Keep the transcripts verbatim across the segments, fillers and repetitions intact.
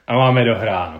A máme dohráno.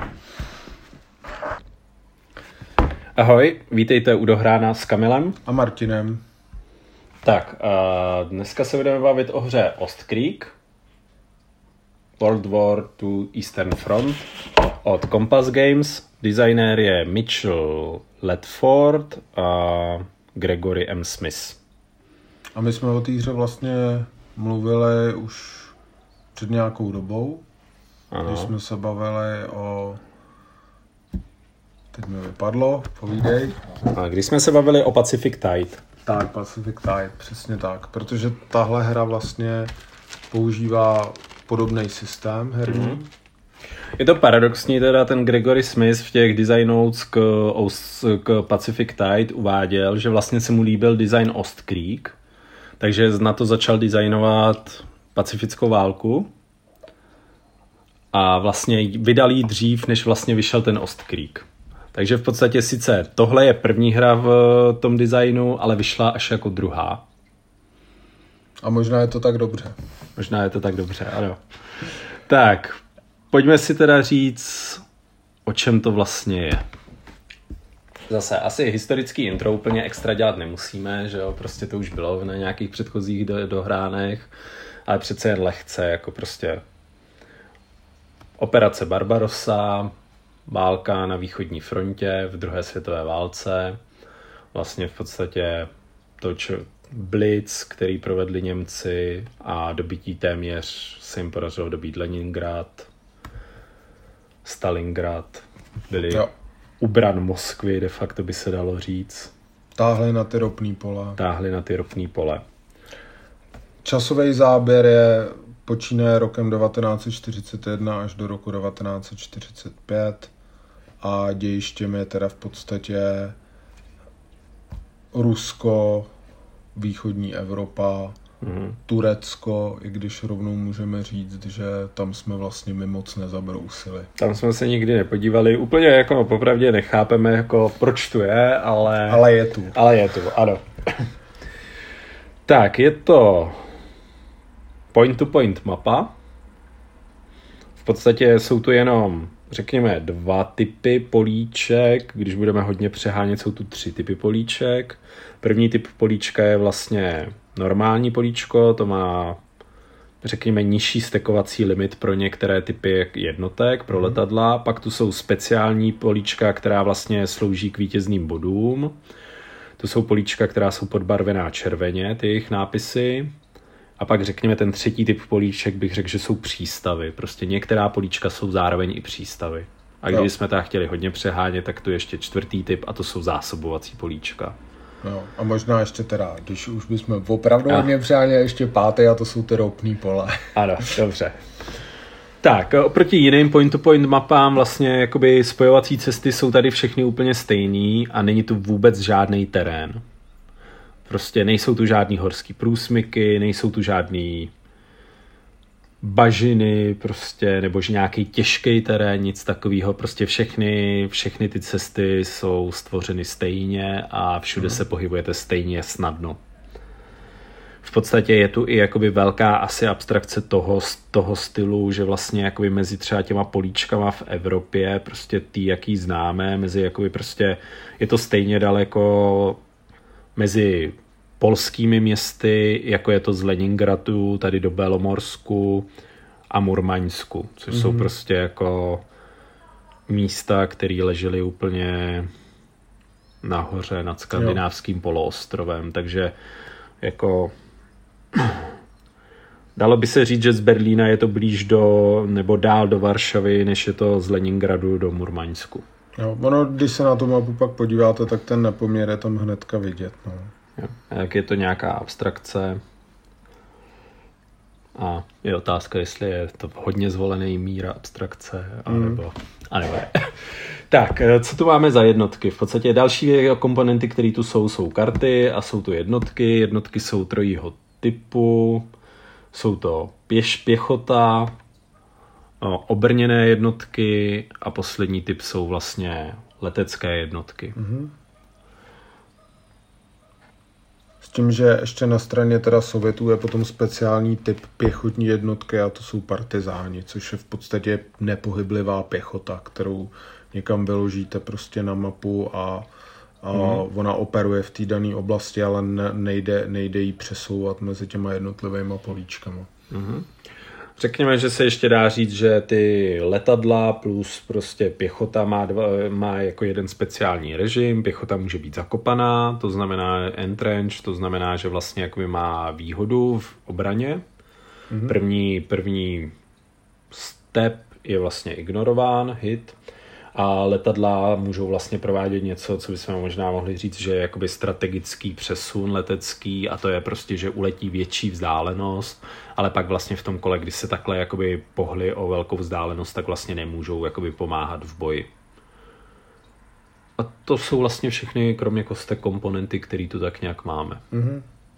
Ahoj, vítejte u Dohrána s Kamilem a Martinem. Tak, uh, dneska se budeme bavit o hře Ostcreek, World War two Eastern Front od Compass Games. Designér je Mitchell Ledford a Gregory M. Smith. A my jsme o té hře vlastně mluvili už před nějakou dobou, ano. Když jsme se bavili o... Teď mi vypadlo, povídej. A když jsme se bavili o Pacific Tide. Tak, Pacific Tide, přesně tak. Protože tahle hra vlastně používá podobný systém herní. Mm-hmm. Je to paradoxní, teda ten Gregory Smith v těch design notes k, k Pacific Tide uváděl, že vlastně se mu líbil design Ostcreek, takže na to začal designovat pacifickou válku a vlastně vydal jí dřív, než vlastně vyšel ten Ostcreek. Takže v podstatě sice tohle je první hra v tom designu, ale vyšla až jako druhá. A možná je to tak dobře. Možná je to tak dobře, ano. Tak, pojďme si teda říct, o čem to vlastně je. Zase asi historický intro úplně extra dělat nemusíme, že jo, prostě to už bylo na nějakých předchozích do, dohránech, ale přece jen lehce, jako prostě operace Barbarossa, válka na východní frontě v druhé světové válce, vlastně v podstatě to, čo, Blitz, který provedli Němci a dobytí téměř se jim podařilo dobít Leningrad, Stalingrad, byli jo. u bran Moskvy, de facto by se dalo říct. Táhli na ty ropný pole. Táhli na ty ropný pole. Časový záběr je počínaje rokem devatenáct set čtyřicet jedna až do roku devatenáct set čtyřicet pět a dějištěm je teda v podstatě Rusko, východní Evropa, mm. Turecko, i když rovnou můžeme říct, že tam jsme vlastně my moc nezabrousili. Tam jsme se nikdy nepodívali. Úplně jako popravdě nechápeme, jako proč tu je, ale... Ale je tu. Ale je tu, ano. Tak, je to point-to-point mapa. V podstatě jsou tu jenom, řekněme, dva typy políček. Když budeme hodně přehánět, jsou tu tři typy políček. První typ políčka je vlastně normální políčko, to má, řekněme, nižší stekovací limit pro některé typy jednotek, pro letadla. Pak tu jsou speciální políčka, která vlastně slouží k vítězným bodům. To jsou políčka, která jsou podbarvená červeně, ty jejich nápisy. A pak řekněme ten třetí typ políček bych řekl, že jsou přístavy. Prostě některá políčka jsou zároveň i přístavy. A když jo. jsme teda chtěli hodně přehánět, tak tu je ještě čtvrtý typ a to jsou zásobovací políčka. No, a možná ještě teda, když už bychom opravdu hodně přeháněli, ještě pátý a to jsou ty ropný pole. Ano, dobře. Tak, oproti jiným point-to-point mapám vlastně jakoby spojovací cesty jsou tady všechny úplně stejný a není tu vůbec žádný terén. Prostě nejsou tu žádný horský průsmyky, nejsou tu žádný bažiny, prostě, nebo že nějaký těžký terén, nic takového. Prostě všechny, všechny ty cesty jsou stvořeny stejně a všude hmm. se pohybujete stejně snadno. V podstatě je tu i jakoby velká asi abstrakce toho, toho stylu, že vlastně jakoby mezi třeba těma políčkama v Evropě, prostě tý, jaký známe, mezi jakoby prostě je to stejně daleko mezi polskými městy, jako je to z Leningradu, tady do Belomorsku a Murmaňsku, což mm-hmm. jsou prostě jako místa, které ležely úplně nahoře nad skandinávským jo. poloostrovem, takže jako dalo by se říct, že z Berlína je to blíž do, nebo dál do Varšavy, než je to z Leningradu do Murmaňsku. Jo, ono, když se na tu mapu pak podíváte, tak ten nepoměr je tam hnedka vidět. No. Jo, jak je to nějaká abstrakce a je otázka, jestli je to hodně zvolený míra abstrakce, anebo, mm. anebo ne. Tak, co tu máme za jednotky? V podstatě další komponenty, které tu jsou, jsou karty a jsou tu jednotky. Jednotky jsou trojího typu, jsou to pěš, pěchota, no, obrněné jednotky a poslední typ jsou vlastně letecké jednotky. Mm-hmm. S tím, že ještě na straně teda Sovětů je potom speciální typ pěchotní jednotky a to jsou partizáni, což je v podstatě nepohyblivá pěchota, kterou někam vyložíte prostě na mapu a, a mm. ona operuje v té dané oblasti, ale ne, nejde, nejde jí přesouvat mezi těma jednotlivými políčkama. Mm. Řekněme, že se ještě dá říct, že ty letadla plus prostě pěchota má, dva, má jako jeden speciální režim. Pěchota může být zakopaná, to znamená entrench, to znamená, že vlastně jakoby má výhodu v obraně. Mm-hmm. První, první step je vlastně ignorován, hit. A letadla můžou vlastně provádět něco, co bychom možná mohli říct, že je jakoby strategický přesun letecký a to je prostě, že uletí větší vzdálenost, ale pak vlastně v tom kole, když se takhle jakoby pohli o velkou vzdálenost, tak vlastně nemůžou jakoby pomáhat v boji. A to jsou vlastně všechny, kromě kostek, komponenty, které tu tak nějak máme. Mm-hmm.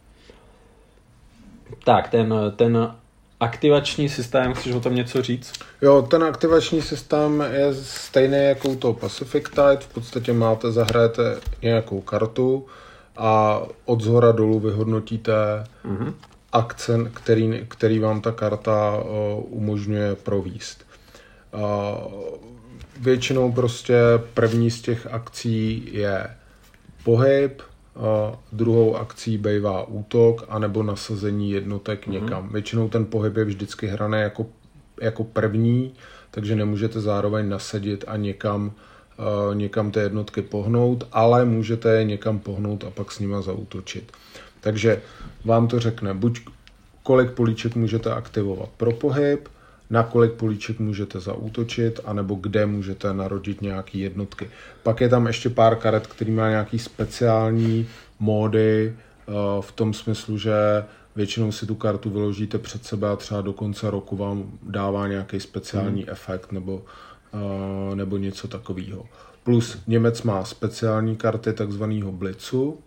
Tak, ten, ten aktivační systém, chceš o tom něco říct? Jo, ten aktivační systém je stejný jako u toho Pacific Tide. V podstatě máte, zahrajete nějakou kartu a od zhora dolů vyhodnotíte mm-hmm. akce, který, který vám ta karta uh, umožňuje provést. Uh, většinou prostě první z těch akcí je pohyb, Uh, druhou akcí bývá útok anebo nasazení jednotek mm-hmm. někam. Většinou ten pohyb je vždycky hraný jako, jako první, takže nemůžete zároveň nasadit a někam, uh, někam ty jednotky pohnout, ale můžete je někam pohnout a pak s nima zaútočit. Takže vám to řekne, buď kolik políček můžete aktivovat pro pohyb, na kolik políček můžete zaútočit, anebo kde můžete narodit nějaké jednotky. Pak je tam ještě pár karet, který má nějaký speciální módy v tom smyslu, že většinou si tu kartu vyložíte před sebe a třeba do konce roku vám dává nějaký speciální hmm. efekt nebo, nebo něco takového. Plus Němec má speciální karty takzvaného Blitzu.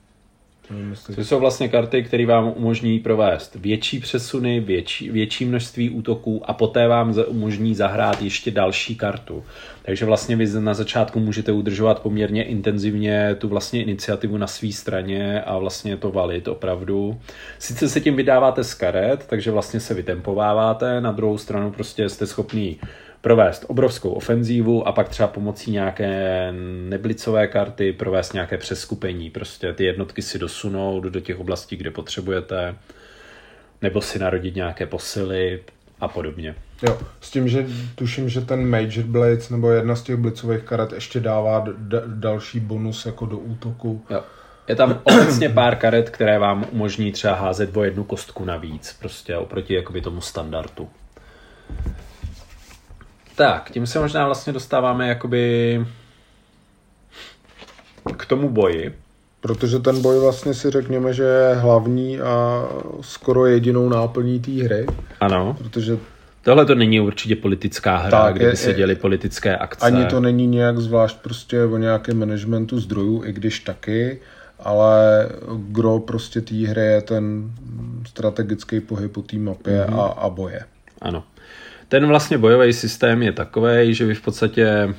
To jsou vlastně karty, které vám umožní provést větší přesuny, větší, větší množství útoků a poté vám umožní zahrát ještě další kartu. Takže vlastně vy na začátku můžete udržovat poměrně intenzivně tu vlastně iniciativu na své straně a vlastně to valit opravdu. Sice se tím vydáváte z karet, takže vlastně se vytempováváte, na druhou stranu prostě jste schopný provést obrovskou ofenzívu a pak třeba pomocí nějaké neblicové karty provést nějaké přeskupení. Prostě ty jednotky si dosunout do těch oblastí, kde potřebujete, nebo si narodit nějaké posily a podobně. Jo, s tím, že tuším, že ten Major Blitz nebo jedna z těch blicových karet ještě dává d- další bonus jako do útoku. Jo. Je tam obecně pár karet, které vám umožní třeba házet o jednu kostku navíc, prostě oproti jakoby tomu standardu. Tak, tím se možná vlastně dostáváme jakoby k tomu boji. Protože ten boj vlastně si řekněme, že je hlavní a skoro jedinou náplní té hry. Ano. Protože tohle to není určitě politická hra, tak, kde by se děly politické akce. Ani to není nějak zvlášť prostě o nějakém managementu zdrojů, i když taky, ale gro prostě té hry je ten strategický pohyb po té mapě mm-hmm. a, a boje. Ano. Ten vlastně bojový systém je takovej, že vy v podstatě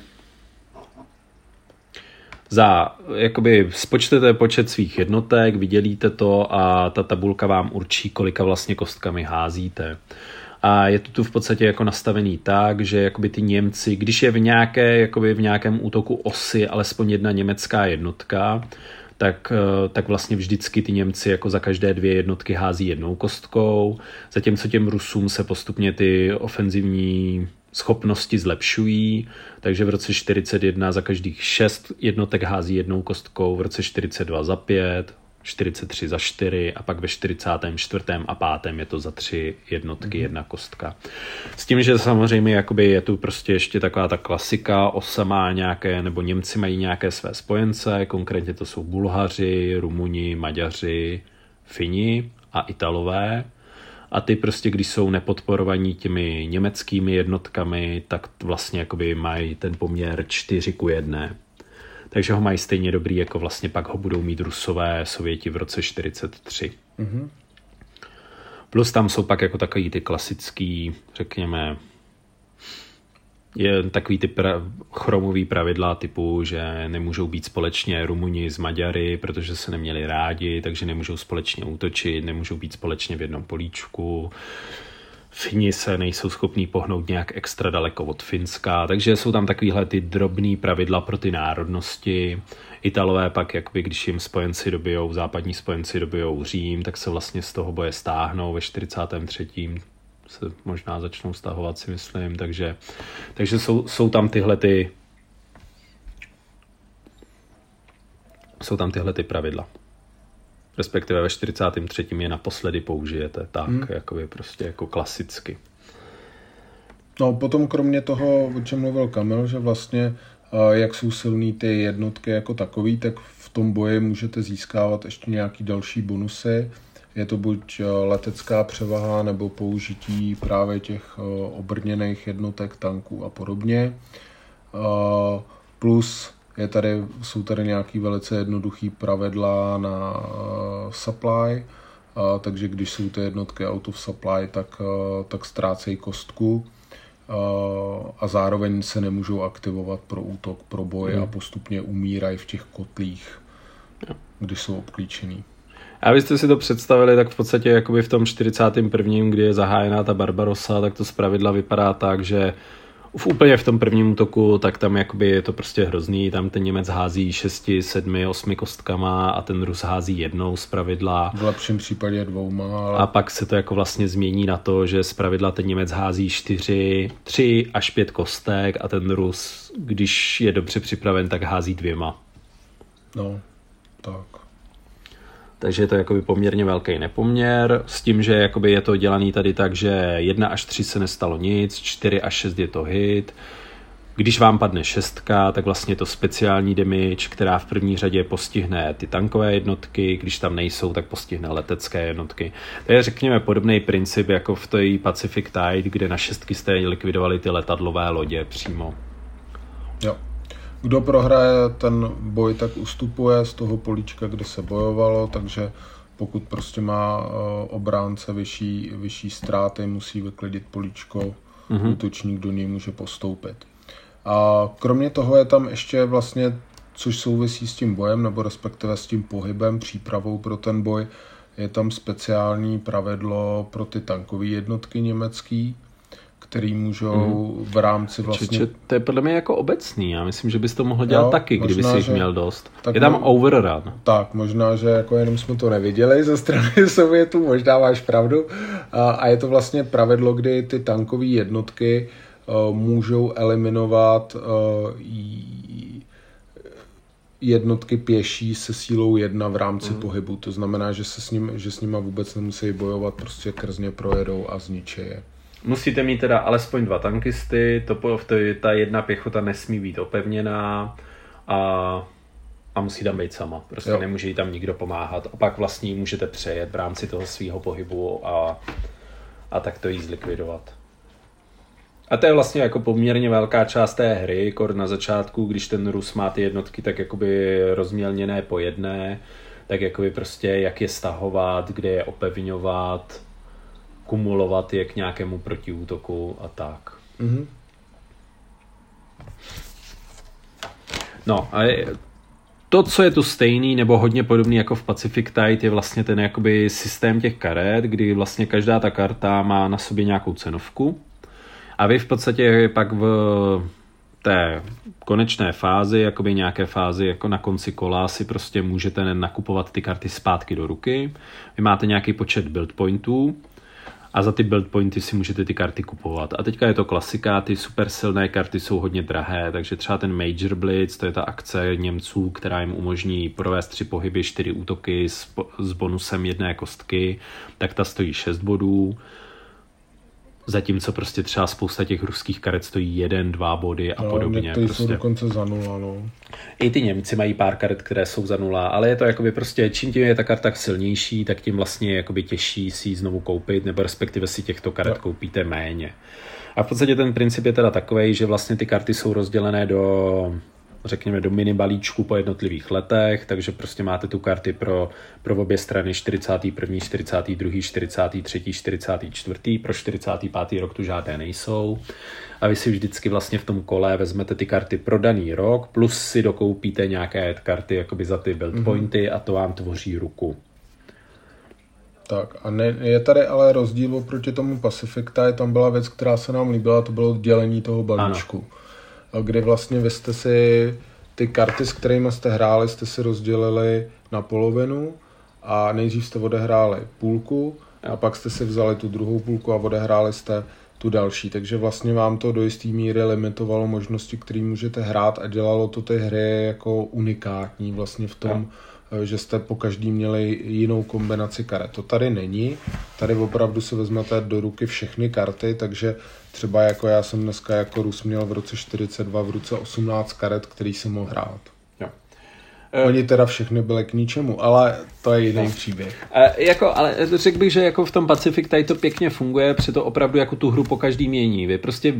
za, jakoby spočtete počet svých jednotek, vydělíte to a ta tabulka vám určí, kolika vlastně kostkami házíte. A je to tu v podstatě jako nastavený tak, že jakoby ty Němci, když je v, nějaké, jakoby v nějakém útoku osy alespoň jedna německá jednotka, tak, tak vlastně vždycky ty Němci jako za každé dvě jednotky hází jednou kostkou, zatímco těm Rusům se postupně ty ofenzivní schopnosti zlepšují, takže v roce čtyřicet jedna za každých šest jednotek hází jednou kostkou, v roce čtyřicet dva za pět, čtyřicet tři za čtyři a pak ve čtyřicátém čtvrtém a pátém je to za tři jednotky, mm. jedna kostka. S tím, že samozřejmě jakoby je tu prostě ještě taková ta klasika, osa má nějaké, nebo Němci mají nějaké své spojence, konkrétně to jsou Bulhaři, Rumuni, Maďaři, Fini a Italové. A ty prostě, když jsou nepodporovaní těmi německými jednotkami, tak vlastně jakoby mají ten poměr čtyři ku jedné. Takže ho mají stejně dobrý, jako vlastně pak ho budou mít Rusové, Sověti v roce čtyřicet tři. Mm-hmm. Plus tam jsou pak jako takový ty klasický, řekněme, je takový ty pra- chromový pravidla typu, že nemůžou být společně Rumuni s Maďary, protože se neměli rádi, takže nemůžou společně útočit, nemůžou být společně v jednom políčku. Fini se nejsou schopní pohnout nějak extra daleko od Finska, takže jsou tam takovýhle ty drobný pravidla pro ty národnosti. Italové pak, jakby, když jim spojenci dobijou, západní spojenci dobijou Řím, tak se vlastně z toho boje stáhnou ve čtyřicátém třetím se možná začnou stahovat, si myslím, takže, takže jsou, jsou tam tyhle ty jsou tam tyhle ty pravidla. Respektive ve čtyřicátém třetím je naposledy použijete tak, hmm. jakoby prostě jako klasicky. No potom kromě toho, o čem mluvil Kamil, že vlastně jak jsou silný ty jednotky jako takový, tak v tom boji můžete získávat ještě nějaký další bonusy. Je to buď letecká převaha nebo použití právě těch obrněných jednotek, tanků a podobně. Plus je tady, jsou tady nějaký velice jednoduchý pravidla na supply, takže když jsou ty jednotky out of supply, tak, tak ztrácejí kostku a zároveň se nemůžou aktivovat pro útok, pro boj hmm. a postupně umírají v těch kotlích, když jsou obklíčený. A abyste si to představili, tak v podstatě jakoby v tom čtyřicátém prvním, kdy je zahájená ta Barbarossa, tak to zpravidla vypadá tak, že v úplně v tom prvním útoku, tak tam jakoby je to prostě hrozný, tam ten Němec hází šesti, sedmi, osmi kostkama a ten Rus hází jednou zpravidla. V lepším případě dvouma. Ale... A pak se to jako vlastně změní na to, že zpravidla ten Němec hází čtyři, tři až pět kostek a ten Rus, když je dobře připraven, tak hází dvěma. No, tak. Takže je to jakoby poměrně velký nepoměr, s tím, že jakoby je to dělaný tady tak, že jedna až tři se nestalo nic, čtyři až šest je to hit. Když vám padne šestka, tak vlastně je to speciální damage, která v první řadě postihne ty tankové jednotky, když tam nejsou, tak postihne letecké jednotky. To je, řekněme, podobný princip jako v té Pacific Tide, kde na šestky jste likvidovali ty letadlové lodě přímo. Jo. Kdo prohraje ten boj, tak ustupuje z toho políčka, kde se bojovalo, takže pokud prostě má obránce vyšší, vyšší ztráty, musí vyklidit políčko, mm-hmm. útočník do něj může postoupit. A kromě toho je tam ještě vlastně, což souvisí s tím bojem, nebo respektive s tím pohybem, přípravou pro ten boj, je tam speciální pravidlo pro ty tankové jednotky německý, který můžou v rámci vlastně... Čiže to je podle mě jako obecný. Já myslím, že bys to mohl dělat jo, taky, kdyby jsi jich měl dost. Je tam mo- overrun. Tak, možná, že jako jenom jsme to neviděli ze strany Sovětů, možná máš pravdu. A, a je to vlastně pravidlo, kdy ty tankové jednotky uh, můžou eliminovat uh, jednotky pěší se sílou jedna v rámci mm. pohybu. To znamená, že se s ním, že s nima vůbec nemusí bojovat, prostě krzně projedou a zničí je. Musíte mít teda alespoň dva tankisty, to, to, ta jedna pěchota nesmí být opevněná a, a musí tam být sama. Prostě jo. Nemůže jí tam nikdo pomáhat. A pak vlastně můžete přejet v rámci toho svého pohybu a, a tak to jí zlikvidovat. A to je vlastně jako poměrně velká část té hry, kor na začátku, když ten Rus má ty jednotky tak jakoby rozmělněné po jedné, tak jakoby prostě jak je stahovat, kde je opevňovat, kumulovat je k nějakému protiútoku a tak. Mm-hmm. No a je, to, co je tu stejný nebo hodně podobný jako v Pacific Tide, je vlastně ten jakoby systém těch karet, kdy vlastně každá ta karta má na sobě nějakou cenovku a vy v podstatě pak v té konečné fázi, jakoby nějaké fázi jako na konci kola si prostě můžete nakupovat ty karty zpátky do ruky. Vy máte nějaký počet build pointů a za ty build pointy si můžete ty karty kupovat. A teďka je to klasika, ty super silné karty jsou hodně drahé, takže třeba ten Major Blitz, to je ta akce Němců, která jim umožní provést tři pohyby, čtyři útoky s, s bonusem jedné kostky, tak ta stojí šest bodů. Zatímco prostě třeba spousta těch ruských karet stojí jeden, dva body a no, podobně. Někteří prostě. Jsou dokonce za nula, no. I ty Němci mají pár karet, které jsou za nula, ale je to jakoby prostě, čím tím je ta karta silnější, tak tím vlastně je jakoby těžší si ji znovu koupit, nebo respektive si těchto karet no. koupíte méně. A v podstatě ten princip je teda takovej, že vlastně ty karty jsou rozdělené do řekněme, do mini balíčku po jednotlivých letech, takže prostě máte tu karty pro, pro obě strany čtyřicátý první, čtyřicátý druhý, čtyřicátý třetí, čtyřicátý čtvrtý, pro čtyřicátý pátý rok tu žádné nejsou. A vy si vždycky vlastně v tom kole vezmete ty karty pro daný rok, plus si dokoupíte nějaké karty jakoby za ty build pointy mm-hmm. a to vám tvoří ruku. Tak a ne, je tady ale rozdíl oproti tomu Pacific Tide, tam byla věc, která se nám líbila, to bylo oddělení toho balíčku. Ano. Kdy vlastně vy jste si ty karty, s kterými jste hráli, jste si rozdělili na polovinu a nejdřív jste odehráli půlku a pak jste si vzali tu druhou půlku a odehráli jste tu další. Takže vlastně vám to do jisté míry limitovalo možnosti, které můžete hrát a dělalo to ty hry jako unikátní vlastně v tom, no. že jste po každý měli jinou kombinaci karet. To tady není. Tady opravdu si vezmete do ruky všechny karty, takže třeba jako já jsem dneska jako Rus měl v roce čtyřicet dva v ruce osmnáct karet, který jsem mohl hrát. Jo. Oni teda všechny byly k ničemu, ale to je jiný no. příběh. E, jako, ale řekl bych, že jako v tom Pacific tady to pěkně funguje, protože to opravdu jako tu hru po každý mění. Vy prostě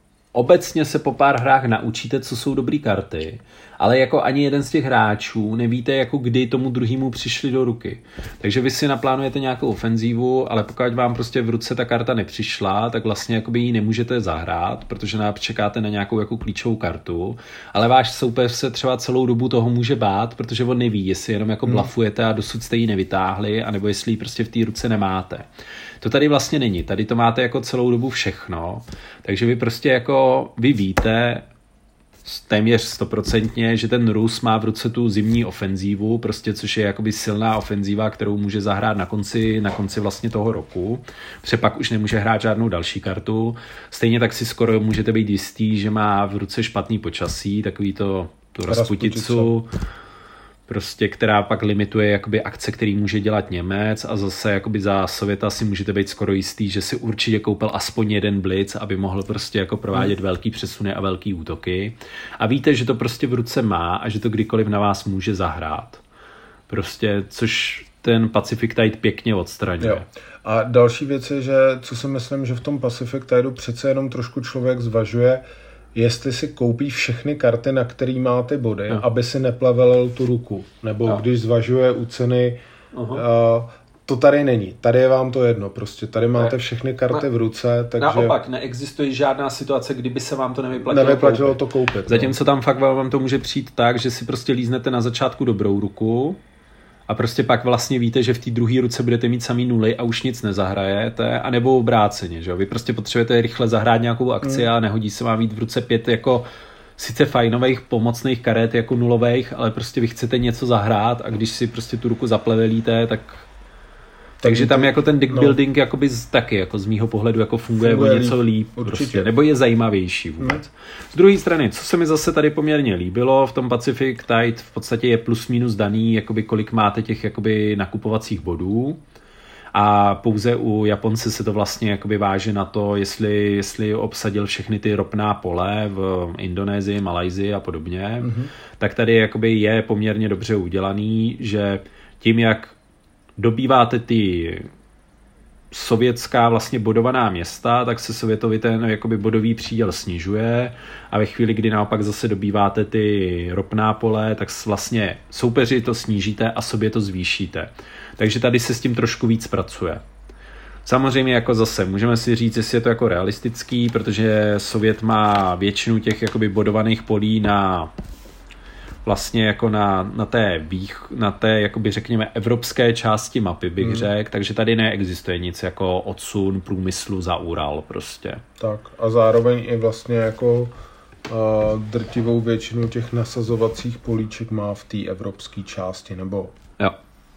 obecně se po pár hrách naučíte, co jsou dobrý karty, ale jako ani jeden z těch hráčů nevíte, jako kdy tomu druhému přišli do ruky. Takže vy si naplánujete nějakou ofenzívu, ale pokud vám prostě v ruce ta karta nepřišla, tak vlastně jakoby ji nemůžete zahrát, protože čekáte na nějakou jako klíčovou kartu, ale váš soupeř se třeba celou dobu toho může bát, protože on neví, jestli jenom jako blafujete a dosud jste ji nevytáhli, anebo jestli ji prostě v té ruce nemáte. To tady vlastně není. Tady to máte jako celou dobu všechno, takže vy prostě jako vy víte téměř stoprocentně, že ten Rus má v ruce tu zimní ofenzívu, prostě což je jakoby silná ofenzíva, kterou může zahrát na konci, na konci vlastně toho roku. Protože pak už nemůže hrát žádnou další kartu. Stejně tak si skoro můžete být jistý, že má v ruce špatný počasí, takový to tu Rasputicu, prostě, která pak limituje jakoby akce, který může dělat Němec a zase jakoby za Sověta si můžete být skoro jistý, že si určitě koupil aspoň jeden blitz, aby mohl prostě jako provádět hmm. velký přesuny a velký útoky. A víte, že to prostě v ruce má a že to kdykoliv na vás může zahrát. Prostě, což ten Pacific Tide pěkně odstraňuje. Jo. A další věc je, že co si myslím, že v tom Pacific Tideu přece jenom trošku člověk zvažuje, jestli si koupí všechny karty, na který má ty body, no. aby si neplevelil tu ruku. Nebo no. když zvažuje u ceny, uh, to tady není. Tady je vám to jedno. Prostě tady máte ne. všechny karty ne. v ruce. Takže naopak, neexistuje žádná situace, kdyby se vám to nevyplatilo, nevyplatilo koupit. to koupit. Zatímco tam fakt vám to může přijít tak, že si prostě líznete na začátku dobrou ruku a prostě pak vlastně víte, že v té druhé ruce budete mít samý nuly a už nic nezahrajete, anebo obráceně, že jo? Vy prostě potřebujete rychle zahrát nějakou akci hmm. a nehodí se vám mít v ruce pět jako sice fajnových pomocných karet jako nulových, ale prostě vy chcete něco zahrát a když si prostě tu ruku zaplevelíte, tak takže tam jako ten deck building no. jakoby z, taky jako z mýho pohledu jako funguje, funguje o něco líp, prostě, nebo je zajímavější vůbec. Hmm. Z druhé strany, co se mi zase tady poměrně líbilo, v tom Pacific Tide v podstatě je plus minus daný, jakoby kolik máte těch jakoby nakupovacích bodů a pouze u Japonce se to vlastně jakoby váže na to, jestli, jestli obsadil všechny ty ropná pole v Indonésii, Malajsii a podobně, hmm. tak tady jakoby je poměrně dobře udělaný, že tím, jak dobýváte ty sovětská vlastně bodovaná města, tak se Sovětovi ten jakoby bodový příděl snižuje a ve chvíli, kdy naopak zase dobýváte ty ropná pole, tak vlastně soupeři to snížíte a sobě to zvýšíte. Takže tady se s tím trošku víc pracuje. Samozřejmě jako zase můžeme si říct, jestli je to jako realistický, protože Sovět má většinu těch jakoby bodovaných polí na vlastně jako na, na té, vých, na té jakoby řekněme evropské části mapy bych hmm. řekl, takže tady neexistuje nic jako odsun průmyslu za Ural prostě. Tak a zároveň i vlastně jako uh, drtivou většinu těch nasazovacích políček má v té evropské části, nebo jo.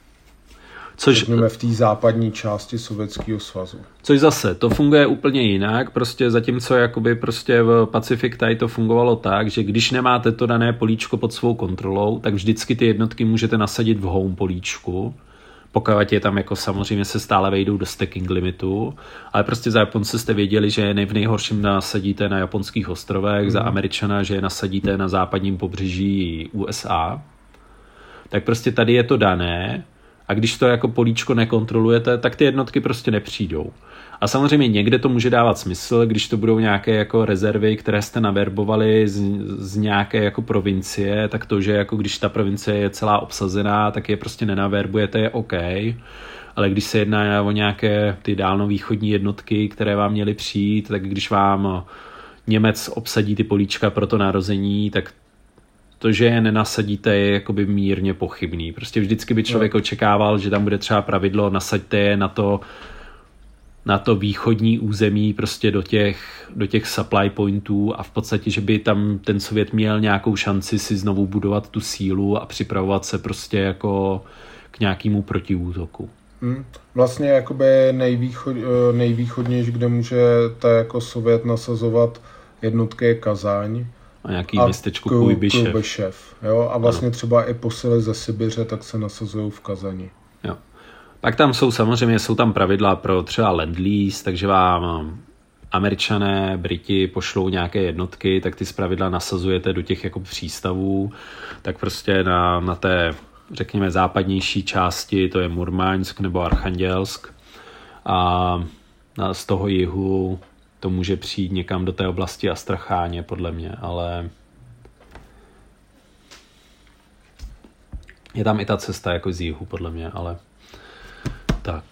Což, řekněme v té západní části Sovětského svazu. Což zase, to funguje úplně jinak, prostě zatímco jakoby prostě v Pacific Tide to fungovalo tak, že když nemáte to dané políčko pod svou kontrolou, tak vždycky ty jednotky můžete nasadit v home políčku, pokud je tam jako samozřejmě se stále vejdou do stacking limitu, ale prostě za Japonce jste věděli, že je v nejhorším nasadíte na japonských ostrovech, mm. za Američana, že je nasadíte na západním pobřeží U S A, tak prostě tady je to dané. A když to jako políčko nekontrolujete, tak ty jednotky prostě nepřijdou. A samozřejmě někde to může dávat smysl, když to budou nějaké jako rezervy, které jste naverbovali z, z nějaké jako provincie, tak to, že jako když ta provincie je celá obsazená, tak je prostě nenaverbujete, je OK. Ale když se jedná o nějaké ty dálnovýchodní jednotky, které vám měly přijít, tak když vám Němec obsadí ty políčka pro to narození, tak to, že je nenasadíte, je jakoby mírně pochybný. Prostě vždycky by člověk no. očekával, že tam bude třeba pravidlo, nasaďte je na to, na to východní území, prostě do těch, do těch supply pointů a v podstatě, že by tam ten Sovět měl nějakou šanci si znovu budovat tu sílu a připravovat se prostě jako k nějakému protiútoku. Hmm. Vlastně jakoby nejvýchod, nejvýchodnější, kde může ta jako Sovět nasazovat jednotky je Kazaň. A nějaký a městečko Kujbyšev. Kujbyšev, jo? A vlastně ano. třeba i posily ze Sibiře, tak se nasazují v Kazani. Jo. Pak tam jsou samozřejmě, jsou tam pravidla pro třeba Lend-Lease, takže vám Američané, Briti pošlou nějaké jednotky, tak ty zpravidla nasazujete do těch jako přístavů, tak prostě na, na té, řekněme, západnější části, to je Murmansk nebo Archangelsk a na, z toho jihu to může přijít někam do té oblasti Astracháně, podle mě, ale je tam i ta cesta jako z jihu, podle mě, ale tak.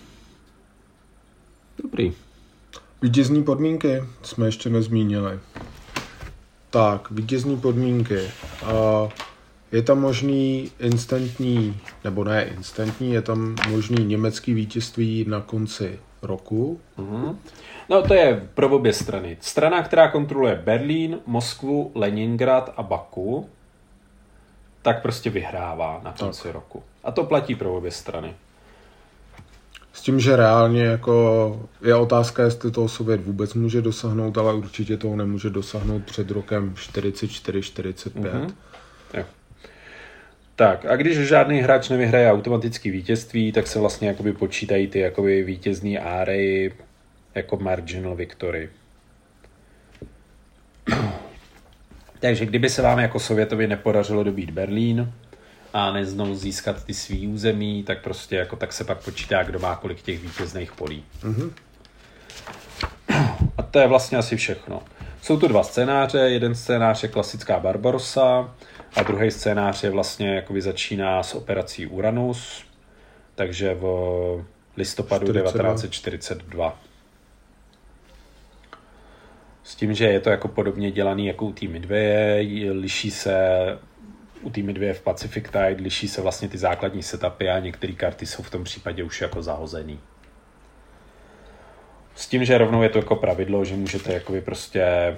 Dobrý. Vítězní podmínky jsme ještě nezmínili. Tak, vítězní podmínky. A je tam možný instantní, nebo ne instantní, je tam možný německý vítězství na konci roku. Mm-hmm. No to je pro obě strany. Strana, která kontroluje Berlín, Moskvu, Leningrad a Baku, tak prostě vyhrává na konci tak. roku. A to platí pro obě strany. S tím, že reálně jako je otázka, jestli toho Sovět vůbec může dosáhnout, ale určitě toho nemůže dosáhnout před rokem čtyřicet čtyři čtyřicet pět. Mm-hmm. Jo. Tak a když žádný hráč nevyhraje automatický vítězství, tak se vlastně jakoby počítají ty jakoby vítězný áreji jako marginal victory. Takže kdyby se vám jako Sovětovi nepodařilo dobít Berlín a neznovu získat ty svý území, tak prostě jako tak se pak počítá, kdo má kolik těch vítězných polí. Mm-hmm. A to je vlastně asi všechno. Jsou tu dva scénáře, jeden scénář je klasická Barbarossa a druhý scénář je vlastně jakoby začíná s operací Uranus, takže v listopadu devatenáct set čtyřicet dva. S tím, že je to jako podobně dělaný jako u té Midwaye, liší se u té Midwaye v Pacific Tide, liší se vlastně ty základní setupy a některé karty jsou v tom případě už jako zahozený. S tím, že rovnou je to jako pravidlo, že můžete jakoby prostě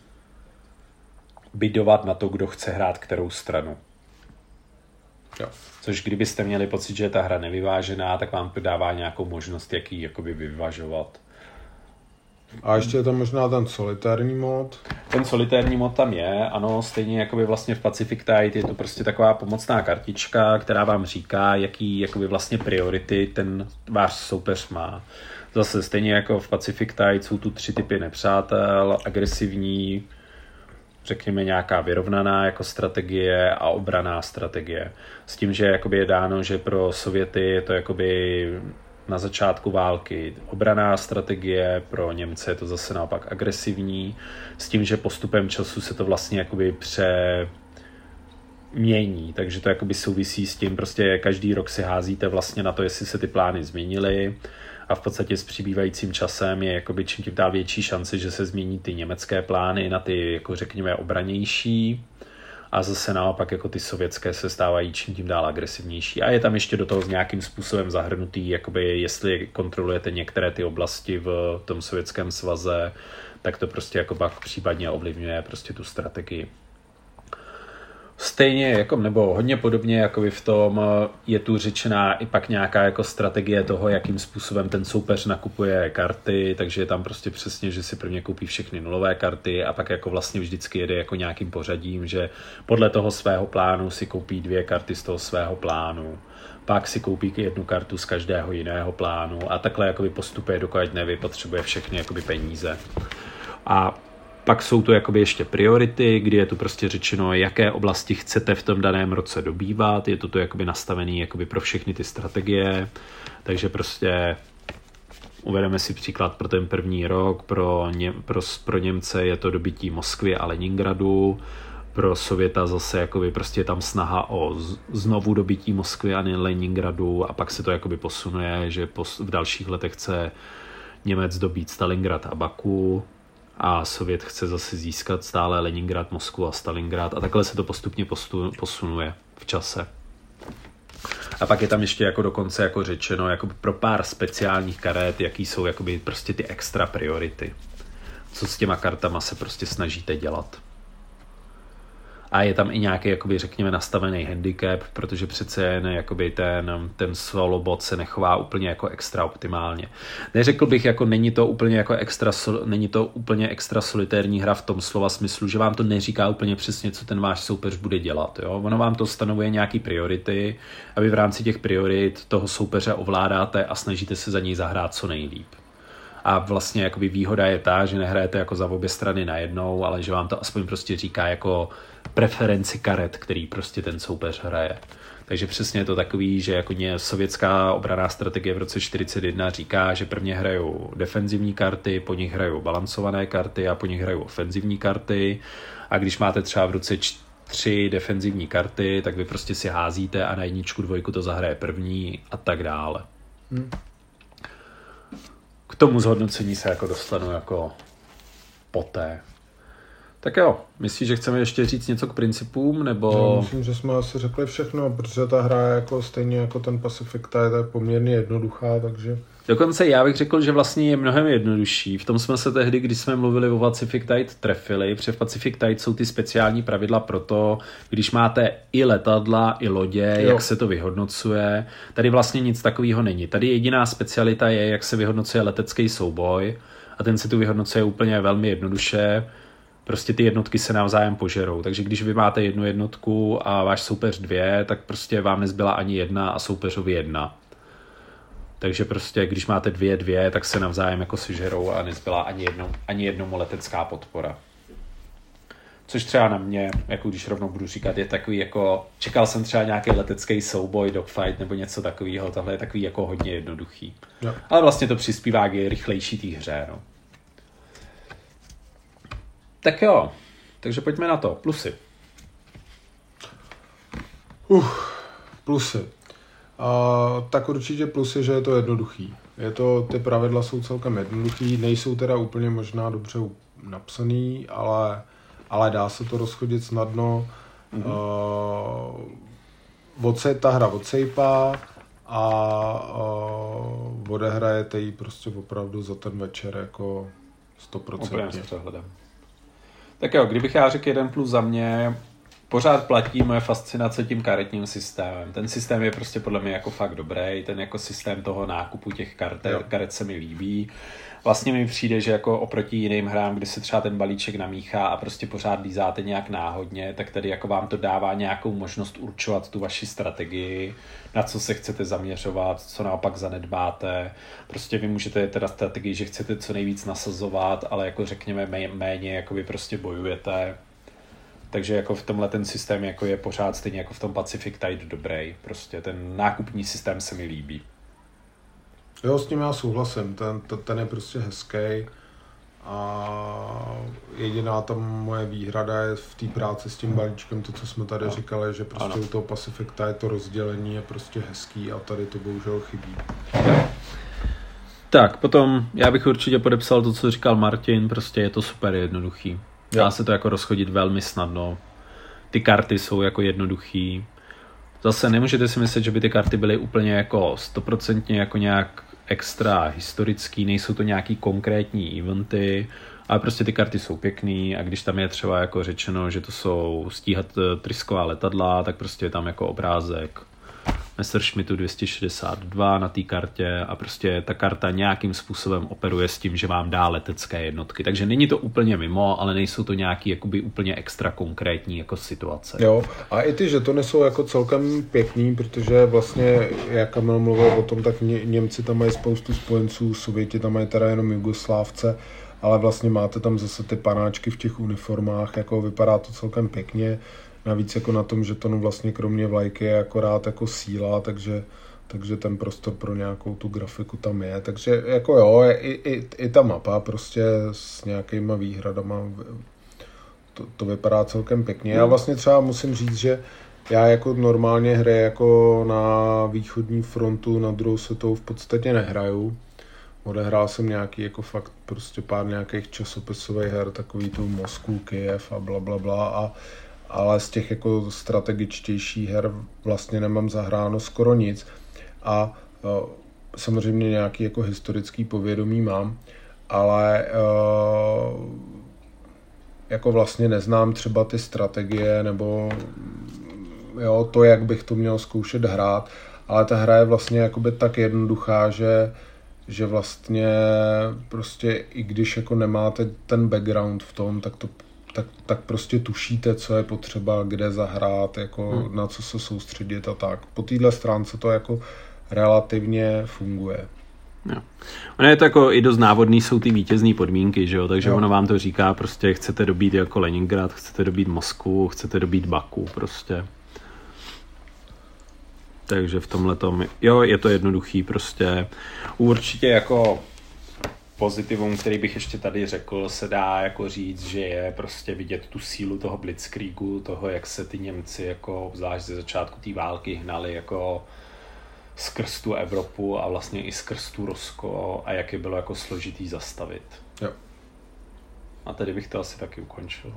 bidovat na to, kdo chce hrát kterou stranu. Jo. Což kdybyste měli pocit, že je ta hra nevyvážená, tak vám to dává nějakou možnost, jak ji jakoby vyvažovat. A ještě je tam možná ten solitární mod. Ten solitární mod tam je, ano, stejně jakoby vlastně v Pacific Tide je to prostě taková pomocná kartička, která vám říká, jaký jakoby vlastně priority ten váš soupeř má. Zase stejně jako v Pacific Tide jsou tu tři typy nepřátel, agresivní, řekněme nějaká vyrovnaná jako strategie a obranná strategie. S tím, že jakoby je dáno, že pro Sověty je to jakoby na začátku války obranná strategie, pro Němce je to zase naopak agresivní, s tím, že postupem času se to vlastně jakoby pře mění, takže to jakoby souvisí s tím, prostě každý rok si házíte vlastně na to, jestli se ty plány změnily a v podstatě s přibývajícím časem je jakoby čím tím dál větší šance, že se změní ty německé plány na ty, jako řekněme, obranější a zase naopak jako ty sovětské se stávají čím tím dál agresivnější. A je tam ještě do toho s nějakým způsobem zahrnutý, jakoby jestli kontrolujete některé ty oblasti v tom Sovětském svaze, tak to prostě jako pak případně ovlivňuje prostě tu strategii. Stejně jako, nebo hodně podobně jako v tom je tu řečená i pak nějaká jako strategie toho, jakým způsobem ten soupeř nakupuje karty, takže je tam prostě přesně, že si prvně koupí všechny nulové karty a pak jako vlastně vždycky jede jako nějakým pořadím, že podle toho svého plánu si koupí dvě karty z toho svého plánu, pak si koupí jednu kartu z každého jiného plánu a takhle jakoby postupuje, dokud nevy, potřebuje všechny jakoby peníze. A Pak jsou to jakoby ještě priority, kdy je tu prostě řečeno, jaké oblasti chcete v tom daném roce dobývat. Je to tu jakoby nastavený jakoby pro všechny ty strategie. Takže prostě uvedeme si příklad pro ten první rok. Pro, Ně, pro, pro Němce je to dobytí Moskvy a Leningradu. Pro Sověta zase jakoby prostě je tam snaha o znovu dobytí Moskvy a Leningradu a pak se to jakoby posunuje, že v dalších letech chce Němec dobít Stalingrad a Baku a Sovět chce zase získat stále Leningrad, Moskvu a Stalingrad a takhle se to postupně posunuje v čase. A pak je tam ještě jako dokonce jako řečeno jakoby pro pár speciálních karet, jaký jsou jakoby prostě ty extra priority. Co s těma kartama se prostě snažíte dělat. A je tam i nějaký, jakoby, řekněme, nastavený handicap, protože přece jen jakoby ten, ten solo bot se nechová úplně jako extra optimálně. Neřekl bych, jako není to úplně jako extra, není to úplně extra solitérní hra v tom slova smyslu, že vám to neříká úplně přesně, co ten váš soupeř bude dělat. Jo? Ono vám to stanovuje nějaký priority, aby v rámci těch priorit toho soupeře ovládáte a snažíte se za něj zahrát co nejlíp. A vlastně jakoby výhoda je ta, že nehrajete jako za obě strany najednou, ale že vám to aspoň prostě říká jako preferenci karet, který prostě ten soupeř hraje. Takže přesně je to takový, že jako sovětská obranná strategie v roce čtyřicet jedna říká, že prvně hrajou defenzivní karty, po nich hrajou balancované karty a po nich hrajou ofenzivní karty. A když máte třeba v ruce tři defenzivní karty, tak vy prostě si házíte a na jedničku, dvojku to zahraje první a tak dále. Hmm. K tomu zhodnocení se jako dostanu jako poté. Tak jo, myslíš, že chceme ještě říct něco k principům, nebo... No, myslím, že jsme asi řekli všechno, protože ta hra je jako stejně jako ten Pacific Tide je poměrně jednoduchá, takže... Dokonce já bych řekl, že vlastně je mnohem jednodušší. V tom jsme se tehdy, když jsme mluvili o Pacific Tide, trefili, protože v Pacific Tide jsou ty speciální pravidla pro to, když máte i letadla, i lodě, jo. Jak se to vyhodnocuje. Tady vlastně nic takového není. Tady jediná specialita je, jak se vyhodnocuje letecký souboj a ten se tu vyhodnocuje úplně velmi jednoduše. Prostě ty jednotky se navzájem požerou. Takže když vy máte jednu jednotku a váš soupeř dvě, tak prostě vám nezbyla ani jedna a soupeřovi jedna. Takže prostě, když máte dvě, dvě, tak se navzájem jako sežerou a nezbyla ani, jednou, ani jednomu letecká podpora. Což třeba na mě, jako když rovnou budu říkat, je takový jako, čekal jsem třeba nějaký letecký souboj, dogfight nebo něco takového, tohle je takový jako hodně jednoduchý. No. Ale vlastně to přispívá k rychlejší té hře, no. Tak jo, takže pojďme na to. Plusy. Uh, plusy. Uh, tak určitě plus je, že je to jednoduchý. Je to, ty pravidla jsou celkem jednoduchý, nejsou teda úplně možná dobře napsaný, ale, ale dá se to rozchodit snadno. Mm-hmm. Uh, odse, ta hra odsejpá a uh, odehrajete ji prostě opravdu za ten večer jako sto procent. Úplně s přehledem. Tak jo, kdybych já řekl jeden plus za mě, pořád platí moje fascinace tím karetním systémem. Ten systém je prostě podle mě jako fakt dobrý, ten jako systém toho nákupu těch karet, karet se mi líbí. Vlastně mi přijde, že jako oproti jiným hrám, kdy se třeba ten balíček namíchá a prostě pořád lízáte nějak náhodně, tak tady jako vám to dává nějakou možnost určovat tu vaši strategii, na co se chcete zaměřovat, co naopak zanedbáte. Prostě vy můžete teda strategii, že chcete co nejvíc nasazovat, ale jako řekněme méně, jako vy prostě bojujete. Takže jako v tomhle ten systém jako je pořád stejně jako v tom Pacific Tide dobrý. Prostě ten nákupní systém se mi líbí. Jo, s tím já souhlasím. Ten, ten je prostě hezký. A jediná tam moje výhrada je v té práci s tím balíčkem, to, co jsme tady no. říkali, že prostě ano. u toho Pacific Tide to rozdělení je prostě hezký a tady to bohužel chybí. Tak, potom já bych určitě podepsal to, co říkal Martin, prostě je to super jednoduchý. Dá se to jako rozchodit velmi snadno. Ty karty jsou jako jednoduchý. Zase nemůžete si myslet, že by ty karty byly úplně jako stoprocentně jako nějak extra historický, nejsou to nějaký konkrétní eventy, ale prostě ty karty jsou pěkný a když tam je třeba jako řečeno, že to jsou stíhat trysková letadla, tak prostě je tam jako obrázek Messerschmittu dvě stě šedesát dva na té kartě a prostě ta karta nějakým způsobem operuje s tím, že vám dá letecké jednotky. Takže není to úplně mimo, ale nejsou to nějaký jakoby úplně extra konkrétní jako situace. Jo, a i ty žetony jsou jako celkem pěkný, protože vlastně, jak Kamil mluvil o tom, tak Ně- Němci tam mají spoustu spojenců, Sověti tam mají teda jenom Jugoslávce ale vlastně máte tam zase ty panáčky v těch uniformách, jako vypadá to celkem pěkně. Navíc jako na tom žetonu vlastně kromě vlajky je akorát jako síla, takže, takže ten prostor pro nějakou tu grafiku tam je. Takže jako jo, i, i, i ta mapa prostě s nějakýma výhradama, to, to vypadá celkem pěkně. Já vlastně třeba musím říct, že já jako normálně hry jako na východní frontu, na druhou světovou v podstatě nehraju. Odehrál jsem nějaký jako fakt prostě pár nějakých časopisových her, takový tu Moskvu, Kyjev a bla bla bla, a, ale z těch jako strategičtějších her vlastně nemám zahráno skoro nic. A, a samozřejmě nějaký jako historický povědomí mám, ale a, jako vlastně neznám třeba ty strategie nebo jo, to, jak bych to měl zkoušet hrát, ale ta hra je vlastně jakoby tak jednoduchá, že, že vlastně prostě i když jako nemáte ten background v tom, tak, to, tak, tak prostě tušíte, co je potřeba, kde zahrát, jako hmm. na co se soustředit a tak. Po téhle stránce to jako relativně funguje. Jo. Ono je to jako i dost návodný, jsou ty vítězný podmínky, že jo? Takže jo. Ono vám to říká, prostě chcete dobít jako Leningrad, chcete dobít Moskvu, chcete dobít Baku, prostě. Takže v tomhletom, jo, je to jednoduchý, prostě. Určitě jako pozitivum, který bych ještě tady řekl, se dá jako říct, že je prostě vidět tu sílu toho Blitzkriegu, toho, jak se ty Němci jako zvlášť ze začátku té války hnali jako skrz tu Evropu a vlastně i skrz tu Rusko a jak je bylo jako složitý zastavit. Jo. A tady bych to asi taky ukončil.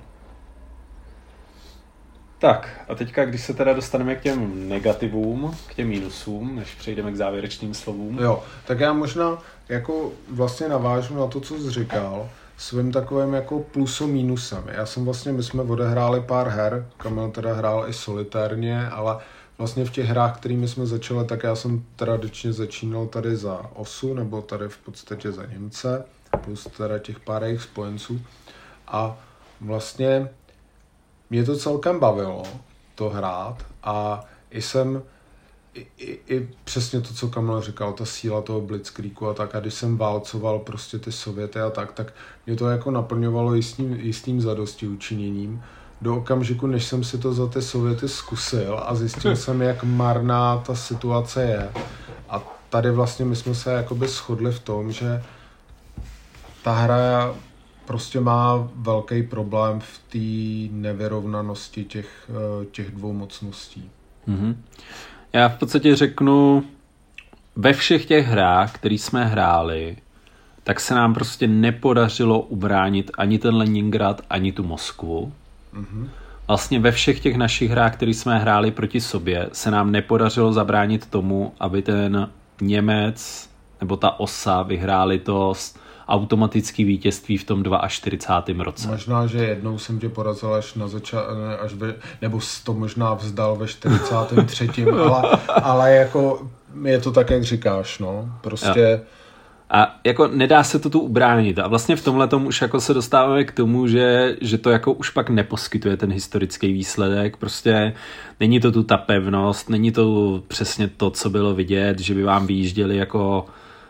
Tak, a teďka, když se teda dostaneme k těm negativům, k těm mínusům, než přejdeme k závěrečným slovům. Jo, tak já možná jako vlastně navážu na to, co jsi říkal, svým takovým jako plusom mínusem. Já jsem vlastně, my jsme odehráli pár her, Kamil teda hrál i solitérně, ale vlastně v těch hrách, kterými jsme začali, tak já jsem tradičně začínal tady za osu, nebo tady v podstatě za Němce, plus teda těch pár jejich spojenců. A vlastně mě to celkem bavilo, to hrát, a i jsem, i, i, i přesně to, co Kamil říkal, ta síla toho Blitzkriegu a tak, a když jsem válcoval prostě ty Sověty a tak, tak mě to jako naplňovalo jistým, jistým zadostiučiněním. Do okamžiku, než jsem si to za ty Sověty zkusil a zjistil jsem, jak marná ta situace je. A tady vlastně my jsme se jakoby shodli v tom, že ta hra prostě má velký problém v té nevyrovnanosti těch, těch dvou mocností. Mm-hmm. Já v podstatě řeknu, ve všech těch hrách, které jsme hráli, tak se nám prostě nepodařilo ubránit ani ten Leningrad, ani tu Moskvu. Mm-hmm. Vlastně ve všech těch našich hrách, které jsme hráli proti sobě, se nám nepodařilo zabránit tomu, aby ten Němec nebo ta osa vyhráli to automatické vítězství v tom čtyřicátém druhém roce. Možná, že jednou jsem tě porazil až na začátku, až ve, nebo to možná vzdal ve čtyřicátém třetím ale, ale jako je to tak, jak říkáš, no. Prostě... Jo. A jako nedá se to tu ubránit. A vlastně v tomhletom už jako se dostáváme k tomu, že, že to jako už pak neposkytuje ten historický výsledek. Prostě není to tu ta pevnost, není to přesně to, co bylo vidět, že by vám vyjížděli jako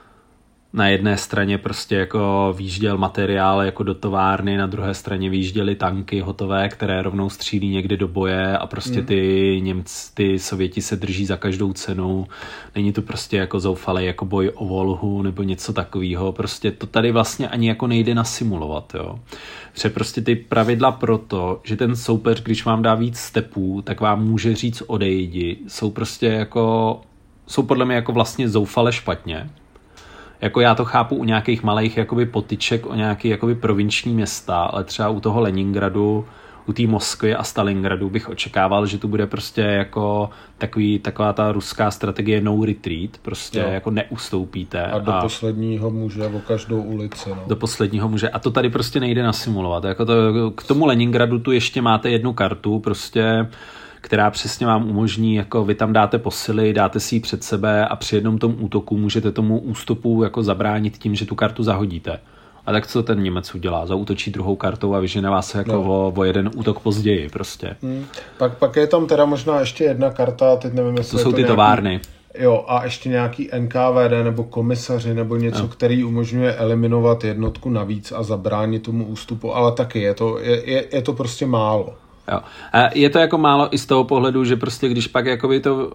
na jedné straně prostě jako výjížděl materiál jako do továrny, na druhé straně výjížděly tanky hotové, které rovnou střílí někde do boje a prostě ty Němci, ty Sověti se drží za každou cenu. Není to prostě jako zoufalej jako boj o Volhu nebo něco takového. Prostě to tady vlastně ani jako nejde nasimulovat, jo. Protože prostě ty pravidla pro to, že ten soupeř, když vám dá víc stepů, tak vám může říct odejdi, jsou prostě jako, jsou podle mě jako vlastně zoufale špatně. Jako já to chápu u nějakých malých jakoby potyček o nějaký jakoby provinční města, ale třeba u toho Leningradu, u té Moskvy a Stalingradu bych očekával, že tu bude prostě jako takový, taková ta ruská strategie no retreat, prostě jo. Jako neustoupíte. A do a posledního muže o každou ulici. No. Do posledního muže. A to tady prostě nejde nasimulovat. Jako to, k tomu Leningradu tu ještě máte jednu kartu, prostě která přesně vám umožní, jako vy tam dáte posily, dáte si ji před sebe a při jednom tom útoku můžete tomu ústupu jako zabránit tím, že tu kartu zahodíte. A tak co ten Němec udělá? Zaútočí druhou kartou a vyžene vás jako no. o, o jeden útok později prostě. Hmm. Pak, pak je tam teda možná ještě jedna karta, teď nevím, jestli to jsou to ty nějaký, továrny. Jo, a ještě nějaký N K V D nebo komisaři nebo něco, no. který umožňuje eliminovat jednotku navíc a zabránit tomu ústupu, ale taky je to, je, je, je to prostě málo. Jo. A je to jako málo i z toho pohledu, že prostě když pak jakoby to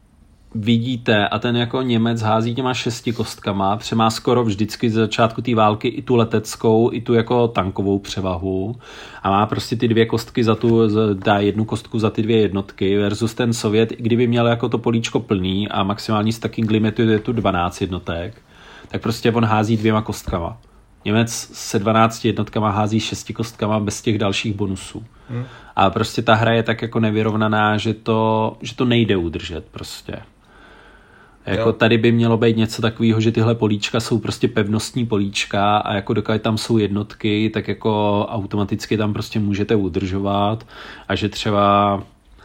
vidíte a ten jako Němec hází těma šesti kostkama, protože má skoro vždycky z začátku té války i tu leteckou, i tu jako tankovou převahu a má prostě ty dvě kostky za tu, dá jednu kostku za ty dvě jednotky versus ten Sovět, i kdyby měl jako to políčko plný a maximální stacking limitu je tu dvanáct jednotek, tak prostě on hází dvěma kostkama. Němec se dvanácti jednotkama hází šesti kostkama bez těch dalších bonusů. Hmm. A prostě ta hra je tak jako nevyrovnaná, že to, že to nejde udržet prostě. Jako tady by mělo být něco takového, že tyhle políčka jsou prostě pevnostní políčka a jako dokud tam jsou jednotky, tak jako automaticky tam prostě můžete udržovat a že třeba,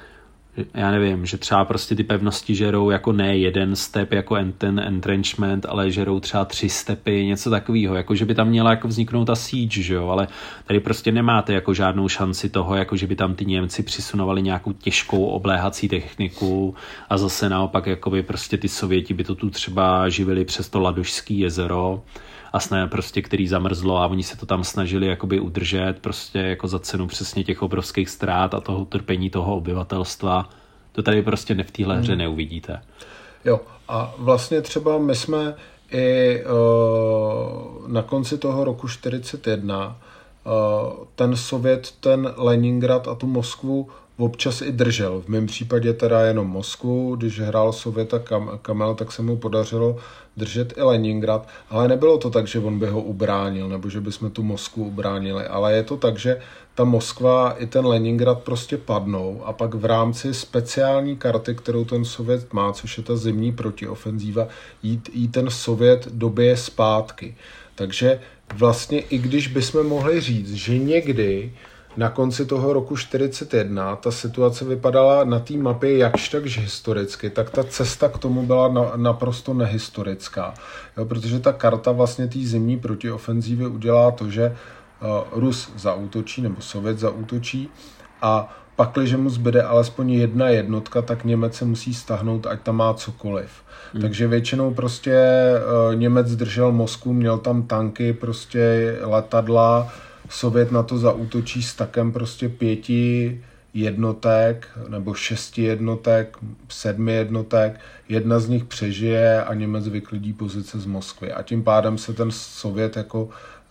já nevím, že třeba prostě ty pevnosti žerou jako ne jeden step jako ten entrenchment, ale žerou třeba tři stepy, něco takového, jako že by tam měla jako vzniknout ta siege, že jo, ale tady prostě nemáte jako žádnou šanci toho, jako že by tam ty Němci přisunovali nějakou těžkou obléhací techniku a zase naopak jakoby prostě ty Sověti by to tu třeba živili přes to Ladožský jezero a snad prostě, který zamrzlo a oni se to tam snažili jakoby udržet prostě jako za cenu přesně těch obrovských ztrát a toho trpení toho obyvatelstva. To tady prostě ne v téhle hře neuvidíte. Jo, a vlastně třeba my jsme i uh, na konci toho roku čtyřicet jedna uh, ten Sovět, ten Leningrad a tu Moskvu občas i držel. V mém případě teda jenom Moskvu, když hrál Sověta Kam- Kamel, tak se mu podařilo držet i Leningrad, ale nebylo to tak, že on by ho ubránil, nebo že bychom tu Moskvu ubránili, ale je to tak, že ta Moskva i ten Leningrad prostě padnou a pak v rámci speciální karty, kterou ten Sovět má, což je ta zimní protiofenzíva, jí, jí ten Sovět dobije zpátky. Takže vlastně i když bychom mohli říct, že někdy na konci toho roku čtyřicet jedna ta situace vypadala na té mapě jakž takž historicky, tak ta cesta k tomu byla na, naprosto nehistorická. Jo, protože ta karta vlastně té zimní protiofenzívy udělá to, že uh, Rus zaútočí nebo Sovět zaútočí a pakliže mu zbyde alespoň jedna jednotka, tak Němec se musí stáhnout, ať tam má cokoliv. Hmm. Takže většinou prostě uh, Němec držel Moskvu, měl tam tanky, prostě letadla, Sovět na to zaútočí s takem prostě pěti jednotek nebo šesti jednotek, sedmi jednotek, jedna z nich přežije a Němec vyklidí pozice z Moskvy. A tím pádem se ten Sovět jako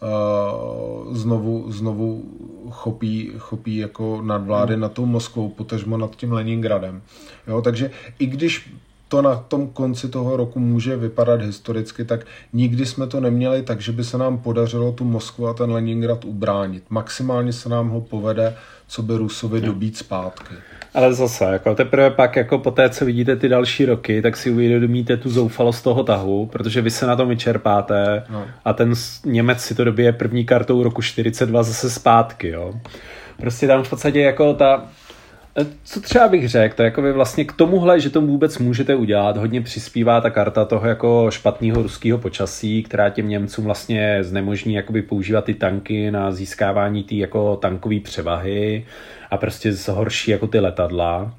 uh, znovu, znovu chopí, chopí jako nadvlády hmm. nad tou Moskvou, potažmo nad tím Leningradem. Jo, takže i když to na tom konci toho roku může vypadat historicky, tak nikdy jsme to neměli tak, že by se nám podařilo tu Moskvu a ten Leningrad ubránit. Maximálně se nám ho povede, co by Rusovi dobít zpátky. Ale zase, jako teprve pak jako po té, co vidíte ty další roky, tak si uvědomíte tu zoufalost toho tahu, protože vy se na tom vyčerpáte no. a ten Němec si to dobije první kartou roku čtyřicet dva zase zpátky. Jo. Prostě tam v podstatě jako ta... Co třeba bych řekl, to jako vy vlastně k tomuhle, že to vůbec můžete udělat, hodně přispívá ta karta toho jako špatného ruského počasí, která těm Němcům vlastně znemožní jakoby používat ty tanky na získávání té jako tankové převahy a prostě zhorší jako ty letadla.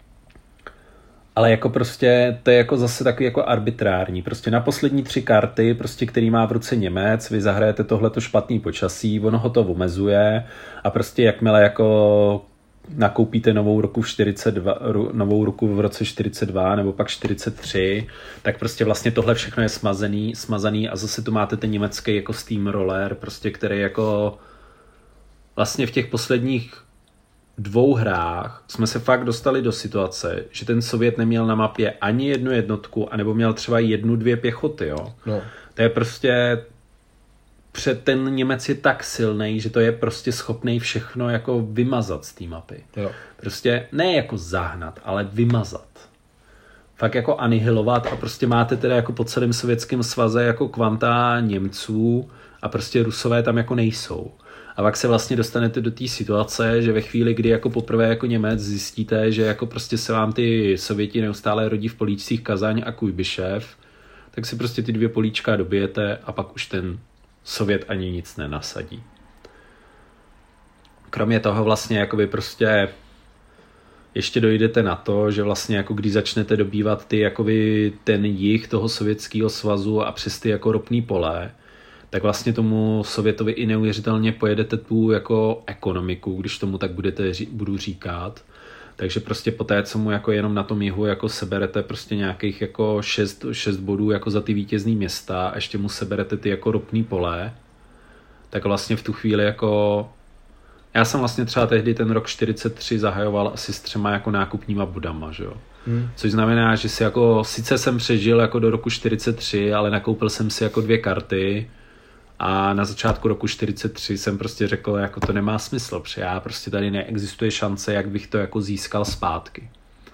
Ale jako prostě to je jako zase takový jako arbitrární. Prostě na poslední tři karty, prostě který má v ruce Němec, vy zahrajete tohleto špatný počasí, ono ho to omezuje a prostě jakmile jako nakoupíte novou ruku v čtyřicet dva, novou ruku v roce čtyřicet dva nebo pak čtyřicet tři, tak prostě vlastně tohle všechno je smazený, smazaný a zase tu máte ten německý jako steamroller, prostě který jako vlastně v těch posledních dvou hrách jsme se fakt dostali do situace, že ten Sovět neměl na mapě ani jednu jednotku, anebo měl třeba jednu, dvě pěchoty, jo. No. To je prostě před ten Němec je tak silný, že to je prostě schopný všechno jako vymazat z té mapy. Jo. Prostě ne jako zahnat, ale vymazat. Fakt jako anihilovat a prostě máte teda jako po celém Sovětském svaze jako kvanta Němců a prostě Rusové tam jako nejsou. A pak se vlastně dostanete do té situace, že ve chvíli, kdy jako poprvé jako Němec zjistíte, že jako prostě se vám ty Sověti neustále rodí v políčcích Kazaň a Kujbyšev, tak si prostě ty dvě políčka dobijete a pak už ten Sovět ani nic nenasadí. Kromě toho vlastně jakoby prostě ještě dojdete na to, že vlastně jako když začnete dobývat ty jakoby ten jih toho Sovětského svazu a přes ty jako ropný pole, tak vlastně tomu Sovětovi i neuvěřitelně pojedete tu jako ekonomiku, když tomu tak budete, budu říkat. Takže prostě po té, co mu jako jenom na tom jihu jako seberete prostě nějakých jako šest, šest bodů jako za ty vítězný města a ještě mu seberete ty jako ropný pole, tak vlastně v tu chvíli jako... Já jsem vlastně třeba tehdy ten rok čtyřicet tři zahajoval asi s třema jako nákupníma bodama, že jo. Hmm. Což znamená, že si jako, sice jsem přežil jako do roku čtyřicet tři, ale nakoupil jsem si jako dvě karty a na začátku roku čtyřicet tři jsem prostě řekl, jako to nemá smysl, protože já prostě tady neexistuje šance, jak bych to jako získal zpátky.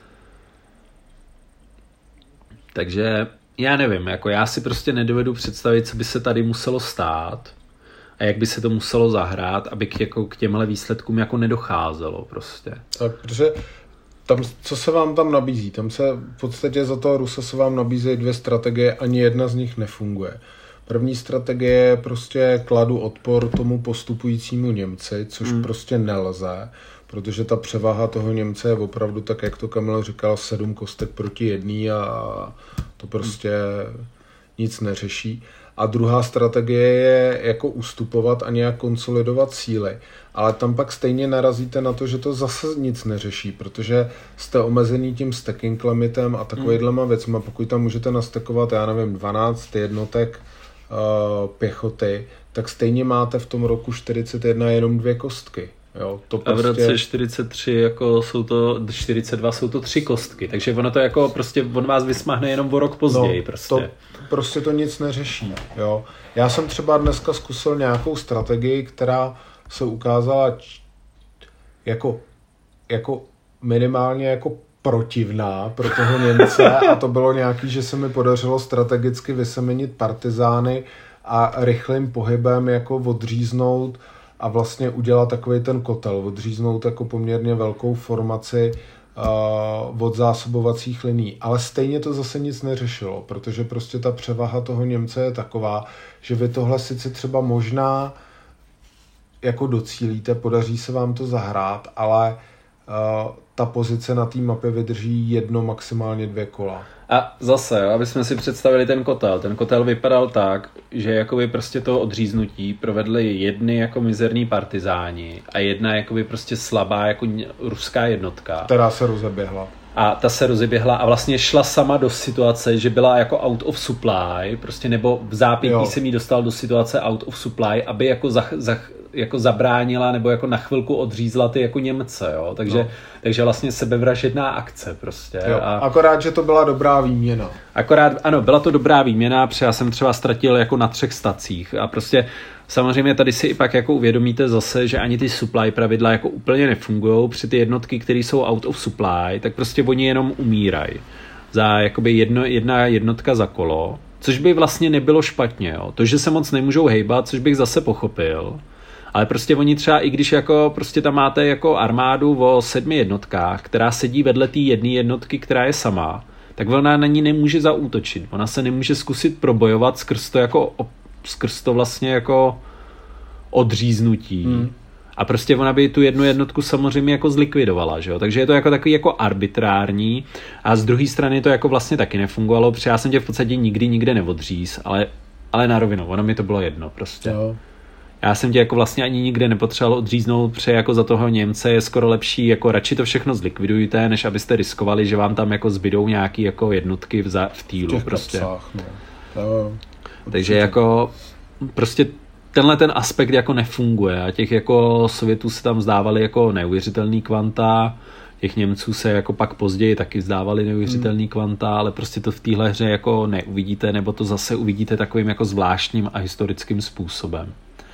Takže já nevím, jako já si prostě nedovedu představit, co by se tady muselo stát a jak by se to muselo zahrát, aby k, jako, k těmhle výsledkům jako nedocházelo prostě. Tak, protože tam, co se vám tam nabízí? Tam se v podstatě za toho Rusa se vám nabízejí dvě strategie, ani jedna z nich nefunguje. První strategie je prostě kladu odpor tomu postupujícímu Němci, což hmm. prostě nelze, protože ta převaha toho Němce je opravdu tak, jak to Kamil říkal, sedm kostek proti jedný a to prostě hmm. nic neřeší. A druhá strategie je jako ustupovat a nějak konsolidovat síly. Ale tam pak stejně narazíte na to, že to zase nic neřeší, protože jste omezený tím stacking limitem a takovýhlema hmm. věcma. Pokud tam můžete nastekovat, já nevím, dvanáct jednotek uh, pěchoty, tak stejně máte v tom roku čtyřicet jedna jenom dvě kostky. Jo, to prostě... A v roce čtyřicet tři jako jsou to, čtyřicet dva jsou to tři kostky, takže ono to jako prostě, on vás vysmahne jenom o rok později no, prostě. To, prostě to nic neřeší, jo. Já jsem třeba dneska zkusil nějakou strategii, která se ukázala jako, jako minimálně jako protivná pro toho Němce a to bylo nějaký, že se mi podařilo strategicky vysemenit partizány a rychlým pohybem jako odříznout a vlastně udělat takový ten kotel, odříznout jako poměrně velkou formaci uh, od zásobovacích liní. Ale stejně to zase nic neřešilo, protože prostě ta převaha toho Němce je taková, že vy tohle sice třeba možná jako docílíte, podaří se vám to zahrát, ale uh, ta pozice na té mapě vydrží jedno, maximálně dvě kola. A zase, aby jsme si představili ten kotel. Ten kotel vypadal tak, že jakoby prostě toho odříznutí provedli jedny jako mizerní partizáni a jedna jakoby prostě slabá jako ruská jednotka. Která se rozeběhla. A ta se rozeběhla a vlastně šla sama do situace, že byla jako out of supply, prostě nebo v zápětí se jí dostal do situace out of supply, aby jako, za, za, jako zabránila nebo jako na chvilku odřízla ty jako Němce, jo. Takže, no. takže vlastně sebevražedná akce prostě. Jo, a akorát, že to byla dobrá výměna. Akorát, ano, byla to dobrá výměna, protože já jsem třeba ztratil jako na třech stacích a prostě samozřejmě tady si i pak jako uvědomíte zase, že ani ty supply pravidla jako úplně nefungují. Při ty jednotky, které jsou out of supply, tak prostě oni jenom umírají. Za jakoby jedno, jedna jednotka za kolo, což by vlastně nebylo špatně. Jo. To, že se moc nemůžou hejbat, což bych zase pochopil. Ale prostě oni třeba, i když jako prostě tam máte jako armádu o sedmi jednotkách, která sedí vedle té jedné jednotky, která je sama, tak ona na ní nemůže zaútočit. Ona se nemůže zkusit probojovat skrz to jako skrz to vlastně jako odříznutí. Hmm. A prostě ona by tu jednu jednotku samozřejmě jako zlikvidovala, že jo? Takže je to jako takový jako arbitrární a z druhé strany to jako vlastně taky nefungovalo, protože já jsem tě v podstatě nikdy nikde neodříz, ale, ale na rovinu, ono mi to bylo jedno prostě. Jo. Já jsem tě jako vlastně ani nikde nepotřeboval odříznout, protože jako za toho Němce je skoro lepší, jako radši to všechno zlikvidujte, než abyste riskovali, že vám tam jako zbydou nějaký jako jednotky v, za, v týlu prostě. Kapsách, no. Jo. Takže jako prostě tenhle ten aspekt jako nefunguje a těch jako Sovětů se tam zdávaly jako neuvěřitelný kvanta, těch Němců se jako pak později taky zdávaly neuvěřitelný hmm. kvanta, ale prostě to v téhle hře jako neuvidíte, nebo to zase uvidíte takovým jako zvláštním a historickým způsobem.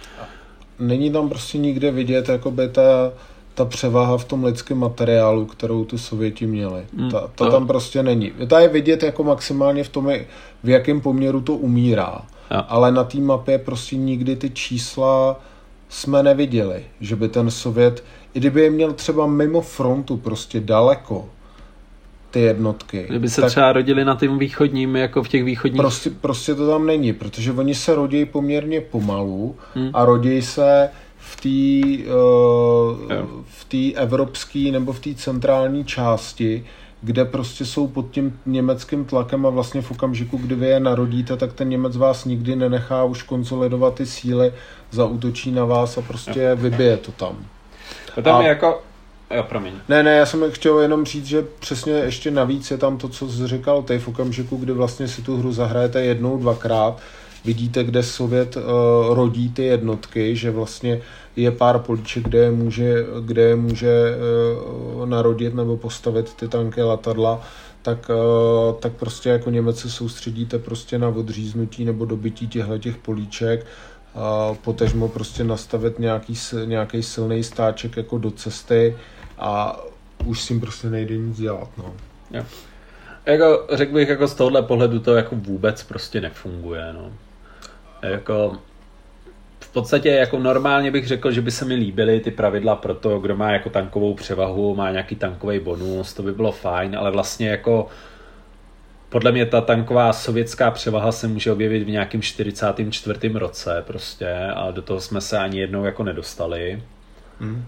Není tam prostě nikde vidět jakoby ta, ta převaha v tom lidském materiálu, kterou tu Sověti měli. Hmm, ta, ta to... tam prostě není. Ta je vidět jako maximálně v tom, v jakém poměru to umírá. Ja. Ale na té mapě prostě nikdy ty čísla jsme neviděli, že by ten Sovět, i kdyby je měl třeba mimo frontu prostě daleko ty jednotky. Kdyby se třeba rodili na tím východním, jako v těch východních... Prostě, prostě to tam není, protože oni se rodí poměrně pomalu hmm. a rodí se v té uh, v té evropské nebo v té centrální části, kde prostě jsou pod tím německým tlakem a vlastně v okamžiku, kdy vy je narodíte, tak ten Němec vás nikdy nenechá už konsolidovat ty síly, zaútočí na vás a prostě jo. vybije to tam. To tam a... je jako... Jo, promiň. Ne, ne, já jsem chtěl jenom říct, že přesně ještě navíc je tam to, co jsi říkal ty v okamžiku, kdy vlastně si tu hru zahrajete jednou, dvakrát, vidíte, kde Sovět uh, rodí ty jednotky, že vlastně je pár políček, kde je může, kde je může uh, narodit nebo postavit ty tanky, letadla, tak, uh, tak prostě jako Němec se soustředíte prostě na odříznutí nebo dobytí těchto těch políček, a potažmo prostě nastavit nějaký, nějaký silný stáček jako do cesty a už s tím prostě nejde nic dělat, no. Jo. Jako, řekl bych, jako z tohohle pohledu to jako vůbec prostě nefunguje, no. Jako, v podstatě jako normálně bych řekl, že by se mi líbily ty pravidla pro to, kdo má jako tankovou převahu, má nějaký tankový bonus, to by bylo fajn, ale vlastně jako podle mě ta tanková sovětská převaha se může objevit v nějakém čtyřicátém čtvrtém roce prostě a do toho jsme se ani jednou jako nedostali. Hmm.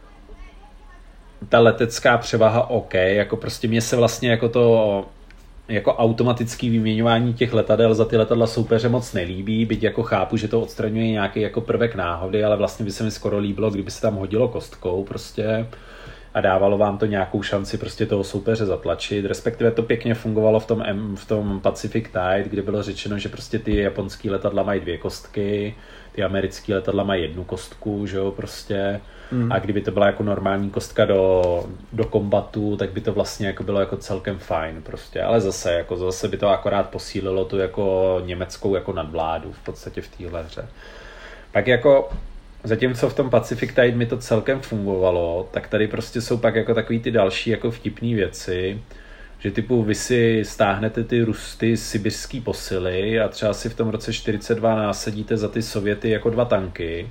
Ta letecká převaha OK, jako prostě mě se vlastně jako to jako automatický vyměňování těch letadel za ty letadla soupeře moc nelíbí, byť jako chápu, že to odstraňuje nějaký jako prvek náhody, ale vlastně by se mi skoro líbilo, kdyby se tam hodilo kostkou prostě a dávalo vám to nějakou šanci prostě toho soupeře zatlačit, respektive to pěkně fungovalo v tom, M, v tom Pacific Tide, kde bylo řečeno, že prostě ty japonský letadla mají dvě kostky, ty americký letadla mají jednu kostku, že jo, prostě. Mm. A kdyby to byla jako normální kostka do, do kombatu, tak by to vlastně jako bylo jako celkem fajn prostě, ale zase, jako zase by to akorát posílilo tu jako německou jako nadvládu v podstatě v téhle hře. Pak jako zatímco v tom Pacific Tide mi to celkem fungovalo, tak tady prostě jsou pak jako takový ty další jako vtipný věci, že typu vy si stáhnete ty rusty sibirský posily a třeba si v tom roce čtyřicet dva násadíte za ty Sověty jako dva tanky,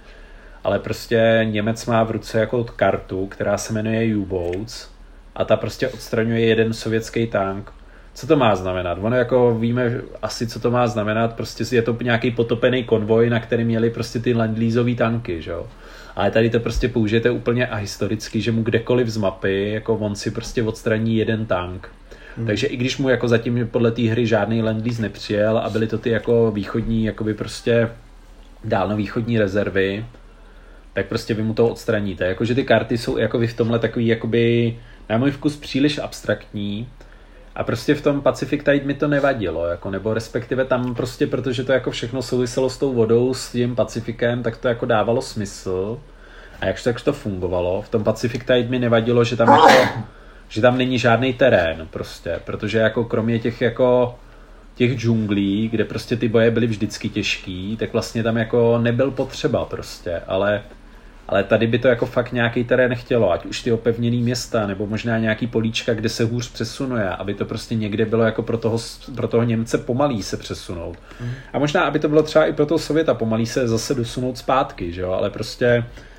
ale prostě Němec má v ruce jako kartu, která se jmenuje U-Boats a ta prostě odstraňuje jeden sovětský tank. Co to má znamenat? Ono jako víme asi, co to má znamenat, prostě je to nějaký potopený konvoj, na který měli prostě ty Land-Leaseový tanky, že jo. Ale tady to prostě použijete úplně ahistoricky, že mu kdekoliv z mapy, jako on si prostě odstraní jeden tank. Hmm. Takže i když mu jako zatím podle té hry žádný Land-Lease nepřijel a byly to ty jako východní, jakoby prostě dálnovýchodní rezervy, tak prostě vy mu to odstraníte. Jakože ty karty jsou jako v tomhle takový jakoby na můj vkus příliš abstraktní. A prostě v tom Pacific Tide mi to nevadilo, jako, nebo respektive tam prostě, protože to jako všechno souviselo s tou vodou, s tím Pacifikem, tak to jako dávalo smysl. A jakž tak to fungovalo. V tom Pacific Tide mi nevadilo, že tam jako, že tam není žádný terén prostě, protože jako kromě těch jako těch džunglí, kde prostě ty boje byly vždycky těžký, tak vlastně tam jako nebyl potřeba prostě, ale Ale tady by to jako fakt nějaký terén chtělo, ať už ty opevněný města, nebo možná nějaký políčka, kde se hůř přesunuje, aby to prostě někde bylo jako pro toho, pro toho Němce pomalý se přesunout. Mm. A možná, aby to bylo třeba i pro toho Sověta pomalý se zase dosunout zpátky, že jo, ale prostě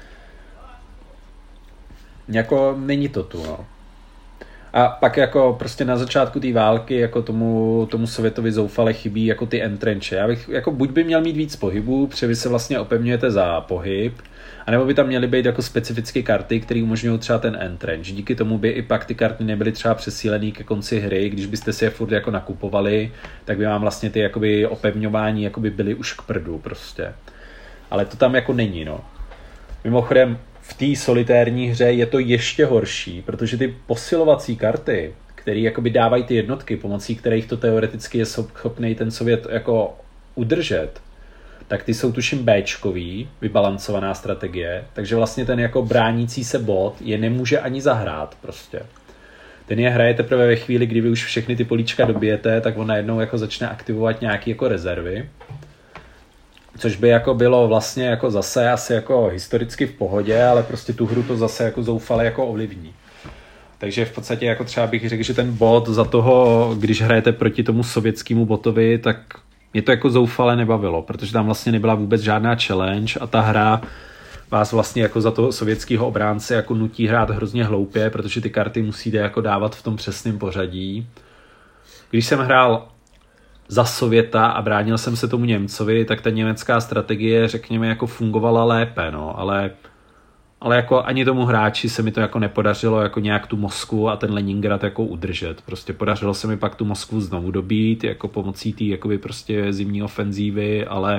jako není to tu, no. A pak jako prostě na začátku té války jako tomu, tomu Sovětovi zoufale chybí jako ty entrenče. Já bych, jako buď by měl mít víc pohybu, protože vy se vlastně opevňujete za pohyb, anebo by tam měly být jako specifické karty, které umožňují třeba ten entrench. Díky tomu by i pak ty karty nebyly třeba přesílený ke konci hry, když byste si je furt jako nakupovali, tak by vám vlastně ty jakoby opevňování jakoby byly už k prdu prostě. Ale to tam jako není, no. Mimochodem, v té solitérní hře je to ještě horší, protože ty posilovací karty, které jakoby dávají ty jednotky, pomocí kterých to teoreticky je schopný ten Sovět jako udržet, tak ty jsou tuším béčkový, vybalancovaná strategie, takže vlastně ten jako bránící se bod je nemůže ani zahrát prostě. Ten je hraje teprve ve chvíli, kdy vy už všechny ty políčka dobijete, tak on najednou jako začne aktivovat nějaké jako rezervy. Což by jako bylo vlastně jako zase asi jako historicky v pohodě, ale prostě tu hru to zase jako zoufale jako ovlivní. Takže v podstatě jako třeba bych řekl, že ten bot za toho, když hrajete proti tomu sovětskému botovi, tak mě to jako zoufale nebavilo, protože tam vlastně nebyla vůbec žádná challenge a ta hra vás vlastně jako za toho sovětského obránce jako nutí hrát hrozně hloupě, protože ty karty musíte jako dávat v tom přesném pořadí. Když jsem hrál za Sověta a bránil jsem se tomu Němcovi, tak ta německá strategie, řekněme, jako fungovala lépe, no, ale, ale jako ani tomu hráči se mi to jako nepodařilo jako nějak tu Moskvu a ten Leningrad jako udržet. Prostě podařilo se mi pak tu Moskvu znovu dobít, jako pomocí té jakoby prostě zimní ofenzívy, ale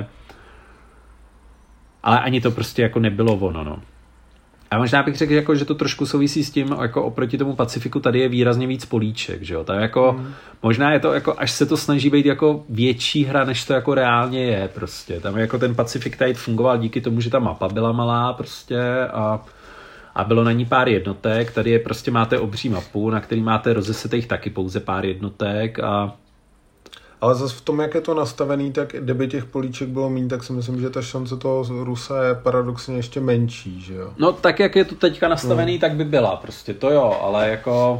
ale ani to prostě jako nebylo ono, no. A možná bych řekl, jako, že to trošku souvisí s tím, jako oproti tomu Pacifiku tady je výrazně víc políček, že jo. Tak jako, mm. možná je to, jako, až se to snaží být jako větší hra, než to jako reálně je prostě. Tam jako ten Pacific Tide fungoval díky tomu, že ta mapa byla malá prostě a, a bylo na ní pár jednotek. Tady je prostě máte obří mapu, na který máte rozesetých taky pouze pár jednotek a ale zase v tom, jak je to nastavený, tak kdyby těch políček bylo méně, tak si myslím, že ta šance toho Rusa je paradoxně ještě menší, že jo? No tak, jak je to teďka nastavený, no. tak by byla prostě, to jo, ale jako...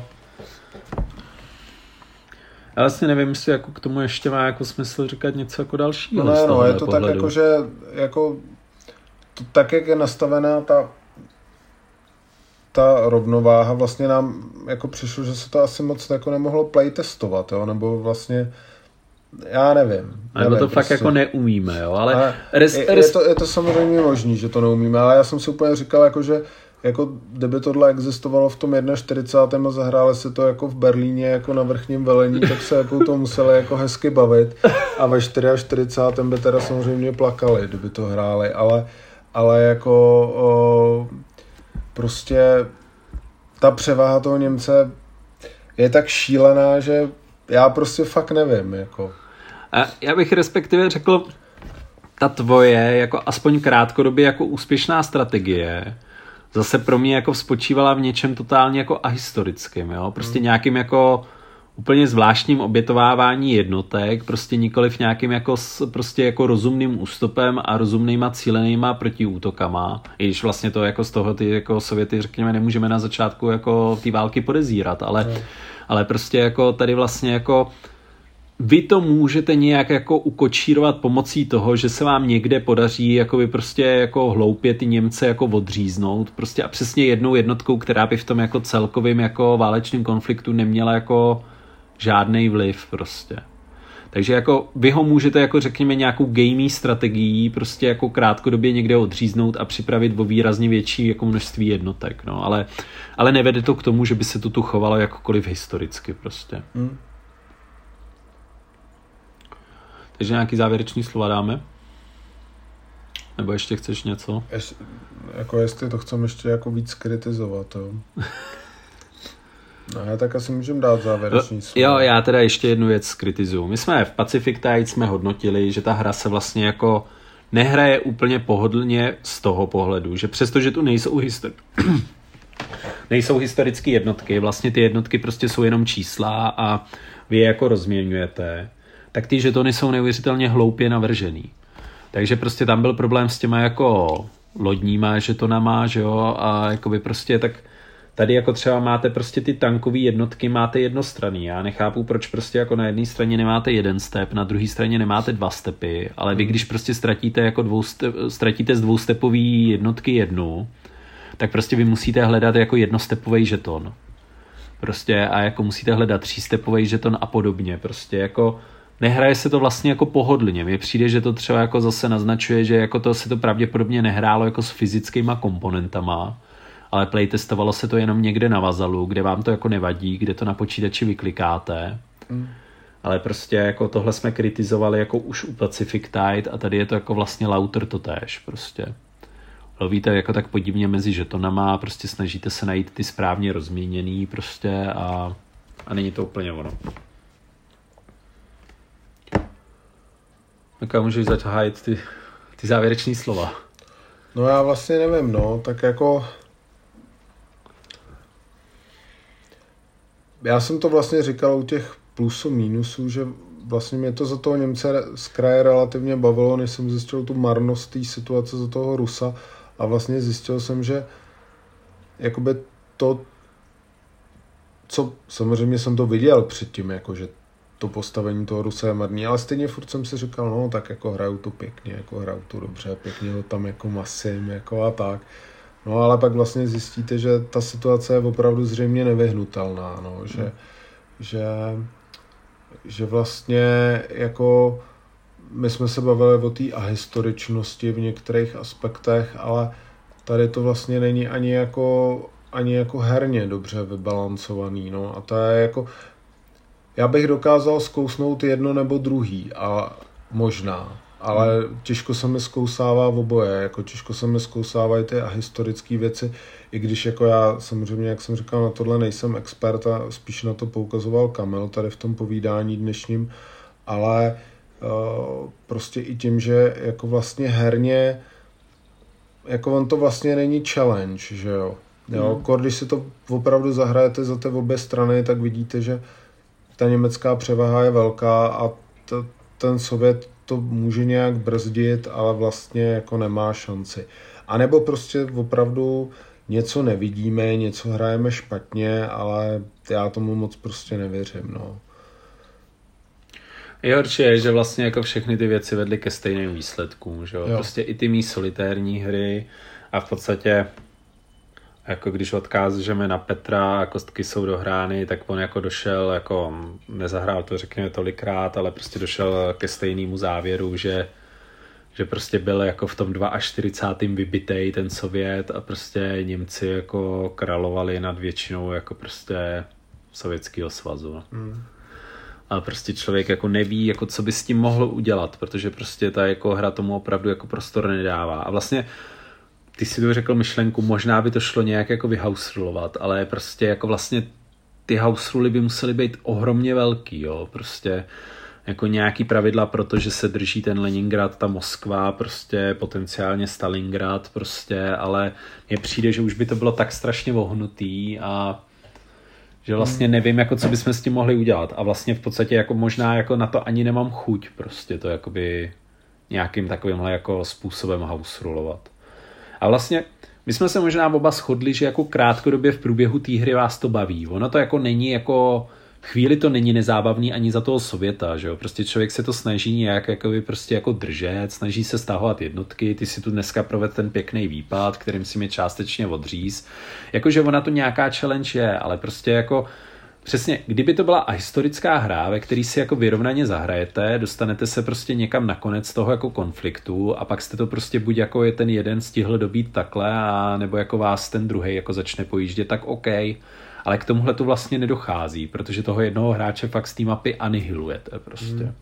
Já vlastně nevím, jestli jako k tomu ještě má jako smysl říkat něco jako dalšího. No ne, no, je to pohledu. Tak jako, že jako, to, tak, jak je nastavená ta ta rovnováha, vlastně nám jako přišlo, že se to asi moc jako nemohlo playtestovat, jo, nebo vlastně já nevím. A nebo to prostě fakt jako neumíme, jo, ale... ale res, je, res... Je, to, je to samozřejmě možný, že to neumíme, ale já jsem si úplně říkal, jako, že jako, kdyby tohle existovalo v tom čtyřicátém prvním a zahráli se to jako v Berlíně jako na vrchním velení, tak se jako to museli jako hezky bavit a ve čtyřicátém čtvrtém by teda samozřejmě plakali, kdyby to hráli, ale, ale jako o, prostě ta převaha toho Němce je tak šílená, že já prostě fakt nevím, jako. A já bych respektive řekl, ta tvoje, jako aspoň krátkodobě jako úspěšná strategie, zase pro mě jako spočívala v něčem totálně jako ahistorickým, jo. Prostě hmm. nějakým jako úplně zvláštním obětovávání jednotek, prostě nikoliv nějakým jako, prostě jako rozumným ústupem a rozumnýma cílenýma protiútokama. I když vlastně to jako z toho ty jako Sověty, řekněme, nemůžeme na začátku jako ty války podezírat, ale, hmm. ale prostě jako tady vlastně jako vy to můžete nějak jako ukočírovat pomocí toho, že se vám někde podaří jakoby prostě jako hloupě ty Němce jako odříznout prostě a přesně jednou jednotkou, která by v tom jako celkovým jako válečným konfliktu neměla jako žádnej vliv prostě. Takže jako vy ho můžete jako řekněme nějakou gamey strategií prostě jako krátkodobě někde odříznout a připravit o výrazně větší jako množství jednotek, no, ale, ale nevede to k tomu, že by se to tu chovalo jakkoliv historicky prostě. Hmm. Takže nějaký závěrečný slova dáme? Nebo ještě chceš něco? Ještě, jako jestli to chceme ještě jako víc kritizovat, jo. No, já tak asi můžeme dát závěrečný slova. Jo, já teda ještě jednu věc kritizuju. My jsme v Pacific Tide jsme hodnotili, že ta hra se vlastně jako nehraje úplně pohodlně z toho pohledu, že přestože tu nejsou histori- nejsou historické jednotky, vlastně ty jednotky prostě jsou jenom čísla a vy je jako rozměňujete, tak ty žetony jsou neuvěřitelně hloupě navržený. Takže prostě tam byl problém s těma jako lodníma žetonama, že jo, a jakoby prostě tak tady jako třeba máte prostě ty tankové jednotky, máte jednostranný. Já nechápu, proč prostě jako na jedné straně nemáte jeden step, na druhé straně nemáte dva stepy, ale vy když prostě ztratíte jako dvou step, ztratíte z dvoustepový jednotky jednu, tak prostě vy musíte hledat jako jednostepový žeton. Prostě a jako musíte hledat třístepový žeton a podobně. Prostě jako nehraje se to vlastně jako pohodlně. Mně přijde, že to třeba jako zase naznačuje, že jako to se to pravděpodobně nehrálo jako s fyzickýma komponentama, ale playtestovalo se to jenom někde na vazalu, kde vám to jako nevadí, kde to na počítači vyklikáte. Mm. Ale prostě jako tohle jsme kritizovali jako už u Pacific Tide a tady je to jako vlastně lauter totéž prostě. Lovíte jako tak podivně mezi žetonama, prostě snažíte se najít ty správně rozměněný prostě a, a není to úplně ono. Tak můžeš zahájit ty, ty závěrečný slova. No já vlastně nevím, no, tak jako já jsem to vlastně říkal u těch plusů, mínusů, že vlastně mě to za toho Němce z kraje relativně bavilo, než jsem zjistil tu marnost té situace za toho Rusa a vlastně zjistil jsem, že jakoby to, co samozřejmě jsem to viděl předtím, jakože to postavení toho Rusa je marný, ale stejně furt jsem si říkal, no tak jako hraju to pěkně, jako hraju to dobře, pěkně ho tam jako masím, jako a tak. No ale pak vlastně zjistíte, že ta situace je opravdu zřejmě nevyhnutelná, no, že, hmm. že že vlastně jako my jsme se bavili o té ahistoričnosti v některých aspektech, ale tady to vlastně není ani jako, ani jako herně dobře vybalancovaný, no. A to je jako, já bych dokázal zkousnout jedno nebo druhý, a možná, ale těžko se mi zkousává v oboje, jako těžko se mi zkousávají ty ahistorické věci, i když jako já samozřejmě, jak jsem říkal, na tohle nejsem expert a spíš na to poukazoval Kamil tady v tom povídání dnešním, ale uh, prostě i tím, že jako vlastně herně, jako on to vlastně není challenge, že jo. Jo, mm. když si to opravdu zahrajete za ty obě strany, tak vidíte, že ta německá převaha je velká a t- ten Sovět to může nějak brzdit, ale vlastně jako nemá šanci. A nebo prostě opravdu něco nevidíme, něco hrajeme špatně, ale já tomu moc prostě nevěřím, no. Je určitě, že vlastně jako všechny ty věci vedly ke stejným výsledkům, že jo? Jo. Prostě i ty mý solitérní hry a v podstatě jako když odkážeme na Petra a kostky jsou dohrány, tak on jako došel, jako nezahrál to řekněme tolikrát, ale prostě došel ke stejnému závěru, že, že prostě byl jako v tom čtyřicátém druhém vybitej ten Sovět a prostě Němci jako královali nad většinou jako prostě Sovětského svazu. Hmm. A prostě člověk jako neví, jako co by s tím mohl udělat, protože prostě ta jako hra tomu opravdu jako prostor nedává. A vlastně ty si tu řekl myšlenku, možná by to šlo nějak jako vyhouserulovat, ale prostě jako vlastně ty house ruly by musely být ohromně velký, jo, prostě jako nějaký pravidla, protože se drží ten Leningrad, ta Moskva, prostě potenciálně Stalingrad, prostě, ale mně přijde, že už by to bylo tak strašně vohnutý a že vlastně nevím, jako co bychom s tím mohli udělat a vlastně v podstatě jako možná jako na to ani nemám chuť prostě to jakoby nějakým takovýmhle jako způsobem house rulovat. A vlastně my jsme se možná oba shodli, že jako krátkodobě v průběhu té hry vás to baví. Ono to jako není jako, chvíli to není nezábavný ani za toho Sověta, že jo. Prostě člověk se to snaží nějak jakoby prostě jako držet, snaží se stahovat jednotky, ty si tu dneska proved ten pěkný výpad, kterým si mi částečně odříz. Jakože ona to nějaká challenge je, ale prostě jako přesně, kdyby to byla historická hra, ve který si jako vyrovnaně zahrajete, dostanete se prostě někam na konec toho jako konfliktu a pak jste to prostě buď jako je ten jeden stihl dobít takhle a nebo jako vás ten druhej jako začne pojíždět, tak OK. Ale k tomuhle to vlastně nedochází, protože toho jednoho hráče fakt z té mapy anihilujete prostě. Hmm.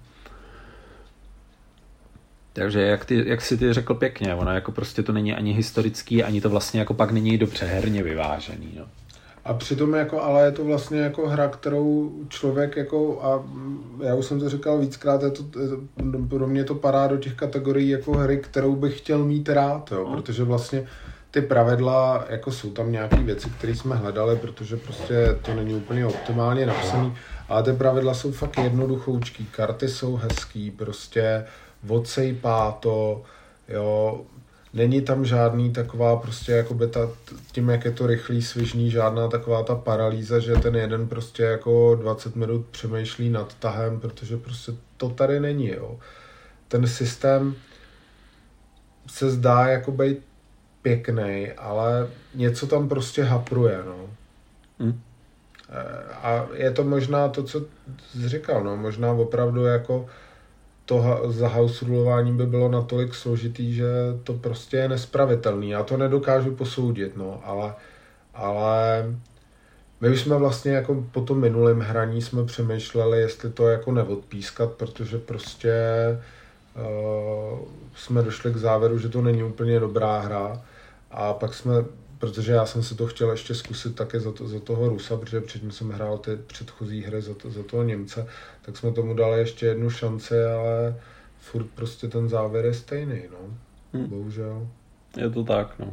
Takže jak, ty, jak si ty řekl pěkně, ono jako prostě to není ani historický, ani to vlastně jako pak není dobře herně vyvážený, no. A přitom jako, ale je to vlastně jako hra, kterou člověk jako, a já už jsem to říkal víckrát, je to, je to, pro mě to padá do těch kategorií jako hry, kterou bych chtěl mít rád, jo, no. Protože vlastně ty pravidla, jako jsou tam nějaké věci, které jsme hledali, protože prostě to není úplně optimálně napsaný, ale ty pravidla jsou fakt jednoduchoučký, karty jsou hezký, prostě odsejpá to, jo. Není tam žádný taková prostě jakoby ta, tím, jak je to rychlý, svižný, žádná taková ta paralýza, že ten jeden prostě jako dvacet minut přemýšlí nad tahem, protože prostě to tady není, jo. Ten systém se zdá jako být pěknej, ale něco tam prostě hapruje, no. Hmm. A je to možná to, co jsi říkal, no, možná opravdu jako to zahouserulování by bylo natolik složitý, že to prostě je nespravitelný. Já to nedokážu posoudit, no, ale, ale my už jsme vlastně jako po tom minulém hraní jsme přemýšleli, jestli to jako neodpískat, protože prostě uh, jsme došli k závěru, že to není úplně dobrá hra a pak jsme, protože já jsem si to chtěl ještě zkusit také za, to, za toho Rusa, protože předtím jsem hrál ty předchozí hry za, to, za toho Němce, tak jsme tomu dali ještě jednu šanci, ale furt prostě ten závěr je stejný, no. Hmm. Bohužel. Je to tak, no.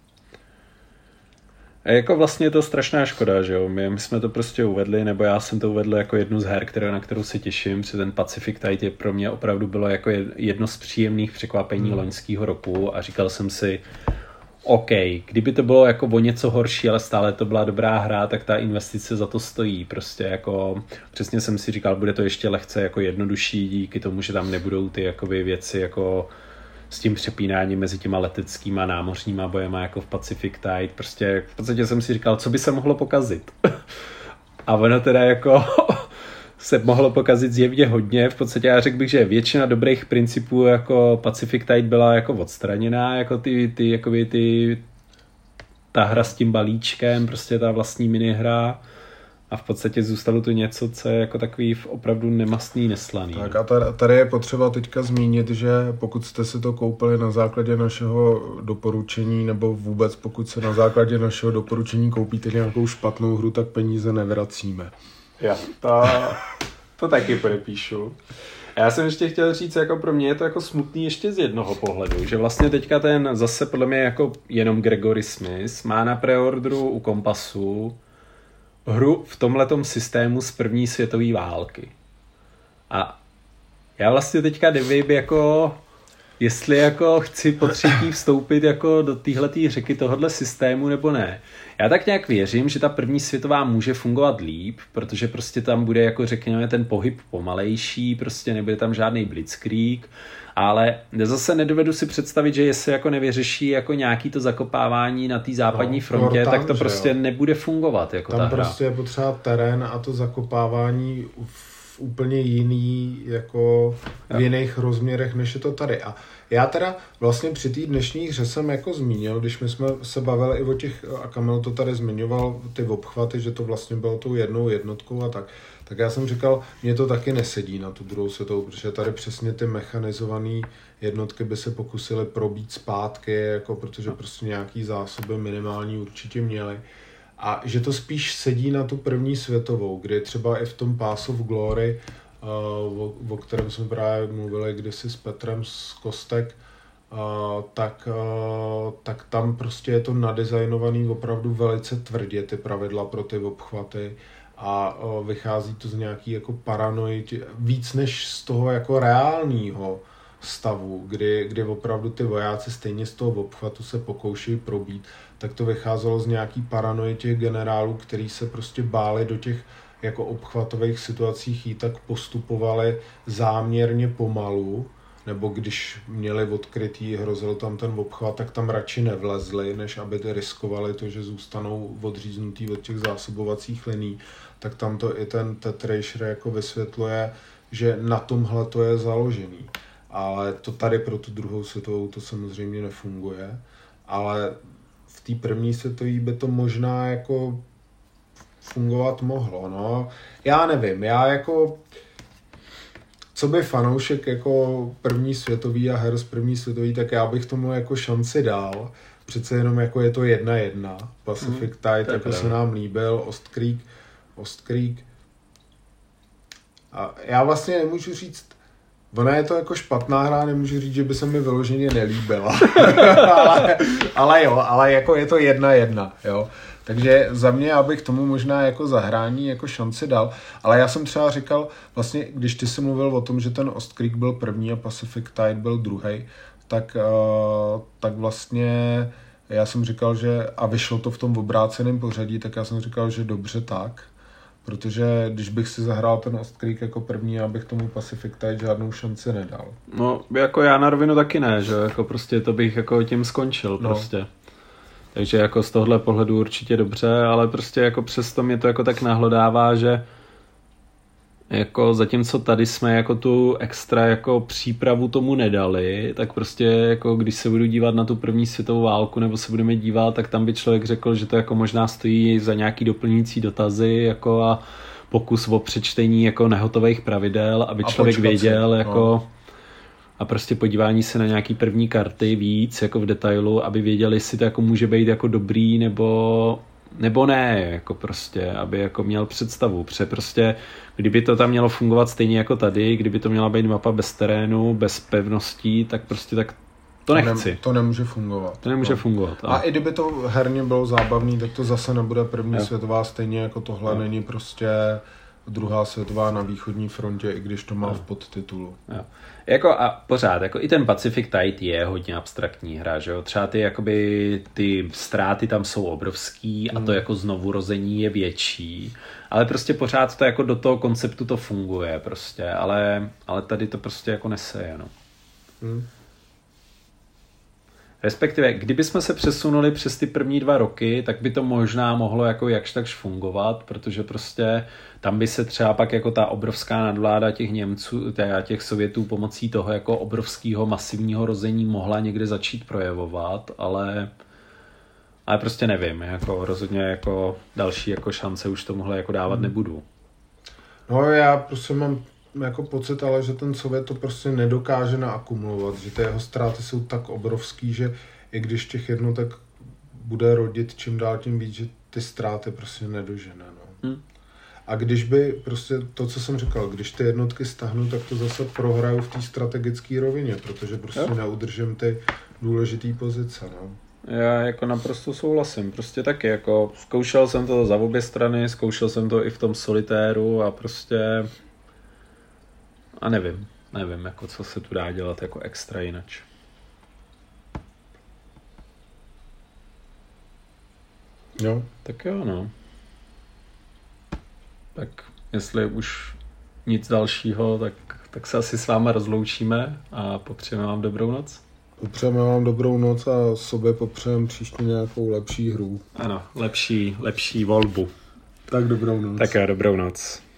A jako vlastně je to strašná škoda, že jo. My, my jsme to prostě uvedli, nebo já jsem to uvedl jako jednu z her, které, na kterou se těším, protože ten Pacific Tide je pro mě opravdu bylo jako jedno z příjemných překvapení hmm. loňského roku a říkal jsem si, OK, kdyby to bylo jako o něco horší, ale stále to byla dobrá hra, tak ta investice za to stojí. Prostě jako, přesně jsem si říkal, bude to ještě lehce jako jednodušší díky tomu, že tam nebudou ty jakoby věci jako s tím přepínáním mezi těma leteckýma námořníma bojema jako v Pacific Tide. Prostě v podstatě jsem si říkal, co by se mohlo pokazit. A ono teda jako se mohlo pokazit zjevně hodně. V podstatě já řekl bych, že většina dobrých principů jako Pacific Tide byla jako odstraněná, jako ty, ty, jakoby ty ta hra s tím balíčkem, prostě ta vlastní minihra a v podstatě zůstalo to něco, co je jako takový opravdu nemastný, neslaný. Tak a tady je potřeba teďka zmínit, že pokud jste si to koupili na základě našeho doporučení, nebo vůbec pokud se na základě našeho doporučení koupíte nějakou špatnou hru, tak peníze nevracíme. Já to, to taky podepíšu. Já jsem ještě chtěl říct, jako pro mě je to jako smutný ještě z jednoho pohledu, že vlastně teďka ten zase podle mě jako jenom Gregory Smith má na preordru u Kompasu hru v tomhletom systému z první světové války. A já vlastně teďka nevím, jako jestli jako chci po třetí vstoupit jako do téhletý řeky tohohle systému nebo ne. Já tak nějak věřím, že ta první světová může fungovat líp, protože prostě tam bude jako řekněme ten pohyb pomalejší, prostě nebude tam žádný blitzkrieg, ale zase nedovedu si představit, že jestli jako nevyřeší jako nějaký to zakopávání na té západní no, frontě, tam, tak to prostě jo. nebude fungovat jako tam ta hra. Tam prostě je potřeba terén a to zakopávání v úplně jiný, jako v jiných rozměrech, než je to tady. A já teda vlastně při té dnešní hře jsem jako zmínil, když my jsme se bavili i o těch, a Kamil to tady zmiňoval, ty obchvaty, že to vlastně bylo tou jednou jednotkou a tak, tak já jsem říkal, mně to taky nesedí na tu druhou světovou, protože tady přesně ty mechanizované jednotky by se pokusily probít zpátky, jako protože prostě nějaký zásoby minimální určitě měly. A že to spíš sedí na tu první světovou, kdy třeba i v tom Pass of Glory, uh, o, o kterém jsme právě mluvili kdysi s Petrem z Kostek, uh, tak, uh, tak tam prostě je to nadizajnovaný opravdu velice tvrdě, ty pravidla pro ty obchvaty a uh, vychází to z nějaký jako paranoid, víc než z toho jako reálního stavu, kdy, kdy opravdu ty vojáci stejně z toho obchvatu se pokoušejí probít, tak to vycházelo z nějaký paranoje těch generálů, který se prostě báli do těch jako obchvatových situacích jít, tak postupovali záměrně pomalu, nebo když měli odkrytý, hrozil tam ten obchvat, tak tam radši nevlezli, než aby riskovali to, že zůstanou odříznutý od těch zásobovacích liní, tak tam to i ten Ted Reicher jako vysvětluje, že na tomhle to je založený. Ale to tady pro tu druhou světovou to samozřejmě nefunguje, ale v té první světové by to možná jako fungovat mohlo, no. Já nevím, já jako co by fanoušek jako první světový a her z první světový, tak já bych tomu jako šanci dal. Přece jenom jako je to jedna jedna. Pacific hmm, Tide jako se nám líbil, Ostkrieg, Ostkrieg. A já vlastně nemůžu říct, ona je to jako špatná hra, nemůžu říct, že by se mi vyloženě nelíbila. ale, ale jo, ale jako je to jedna jedna, jo. Takže za mě, já bych tomu možná jako zahrání jako šanci dal, ale já jsem třeba říkal, vlastně, když ty jsi mluvil o tom, že ten Ostkrieg byl první a Pacific Tide byl druhý, tak, uh, tak vlastně já jsem říkal, že a vyšlo to v tom obráceném pořadí, tak já jsem říkal, že dobře tak, protože když bych si zahrál ten Ostkrieg jako první, já bych tomu Pacific Tide žádnou šanci nedal. No, jako já na rovinu taky ne, že jako prostě to bych jako tím skončil no. prostě. Takže jako z tohle pohledu určitě dobře, ale prostě jako přesto mě to jako tak nahlodává, že jako zatímco tady jsme jako tu extra jako přípravu tomu nedali, tak prostě jako když se budu dívat na tu první světovou válku nebo se budeme dívat, tak tam by člověk řekl, že to jako možná stojí za nějaký doplňující dotazy jako a pokus o přečtení jako nehotových pravidel, aby člověk věděl si. jako no. a prostě podívání se na nějaký první karty víc jako v detailu, aby věděli, jestli to jako může být jako dobrý nebo nebo ne, jako prostě, aby jako měl představu. Protože prostě, kdyby to tam mělo fungovat stejně jako tady, kdyby to měla být mapa bez terénu, bez pevností, tak prostě tak to, to nechci. Ne, to nemůže fungovat. To nemůže no. fungovat. A i kdyby to herně bylo zábavný, tak to zase nebude první jo. světová, stejně jako tohle jo. není prostě druhá světová na východní frontě, i když to má jo. v podtitulu. Jo. Jako a pořád, jako i ten Pacific Tide je hodně abstraktní hra, že jo? Třeba ty, jakoby, ty ztráty tam jsou obrovský a hmm. to jako znovurození je větší, ale prostě pořád to jako do toho konceptu to funguje prostě, ale, ale tady to prostě jako neseje, no. Hmm. Respektive, kdybychom se přesunuli přes ty první dva roky, tak by to možná mohlo jako jakž takž fungovat, protože prostě tam by se třeba pak jako ta obrovská nadvláda těch Němců, těch Sovětů pomocí toho jako obrovského masivního rození mohla někde začít projevovat, ale, ale prostě nevím, jako rozhodně jako další jako šance už tomuhle jako dávat nebudu. No já prostě mám jako pocit, ale že ten Sovět to prostě nedokáže naakumulovat, že ty jeho ztráty jsou tak obrovský, že i když těch jednotek bude rodit čím dál tím víc, že ty ztráty prostě nedožene. No. Hmm. A když by prostě to, co jsem říkal, když ty jednotky stahnu, tak to zase prohraju v té strategické rovině, protože prostě jo. neudržím ty důležité pozice. No. Já jako naprosto souhlasím, prostě taky, jako zkoušel jsem to za obě strany, zkoušel jsem to i v tom solitéru a prostě a nevím, nevím, jako co se tu dá dělat jako extra jinač. Jo. Tak jo, no. Tak jestli už nic dalšího, tak, tak se asi s váma rozloučíme a popřejeme vám dobrou noc. Popřejeme vám dobrou noc a sobě popřejeme příště nějakou lepší hru. Ano, lepší, lepší volbu. Tak dobrou noc. Tak jo, dobrou noc.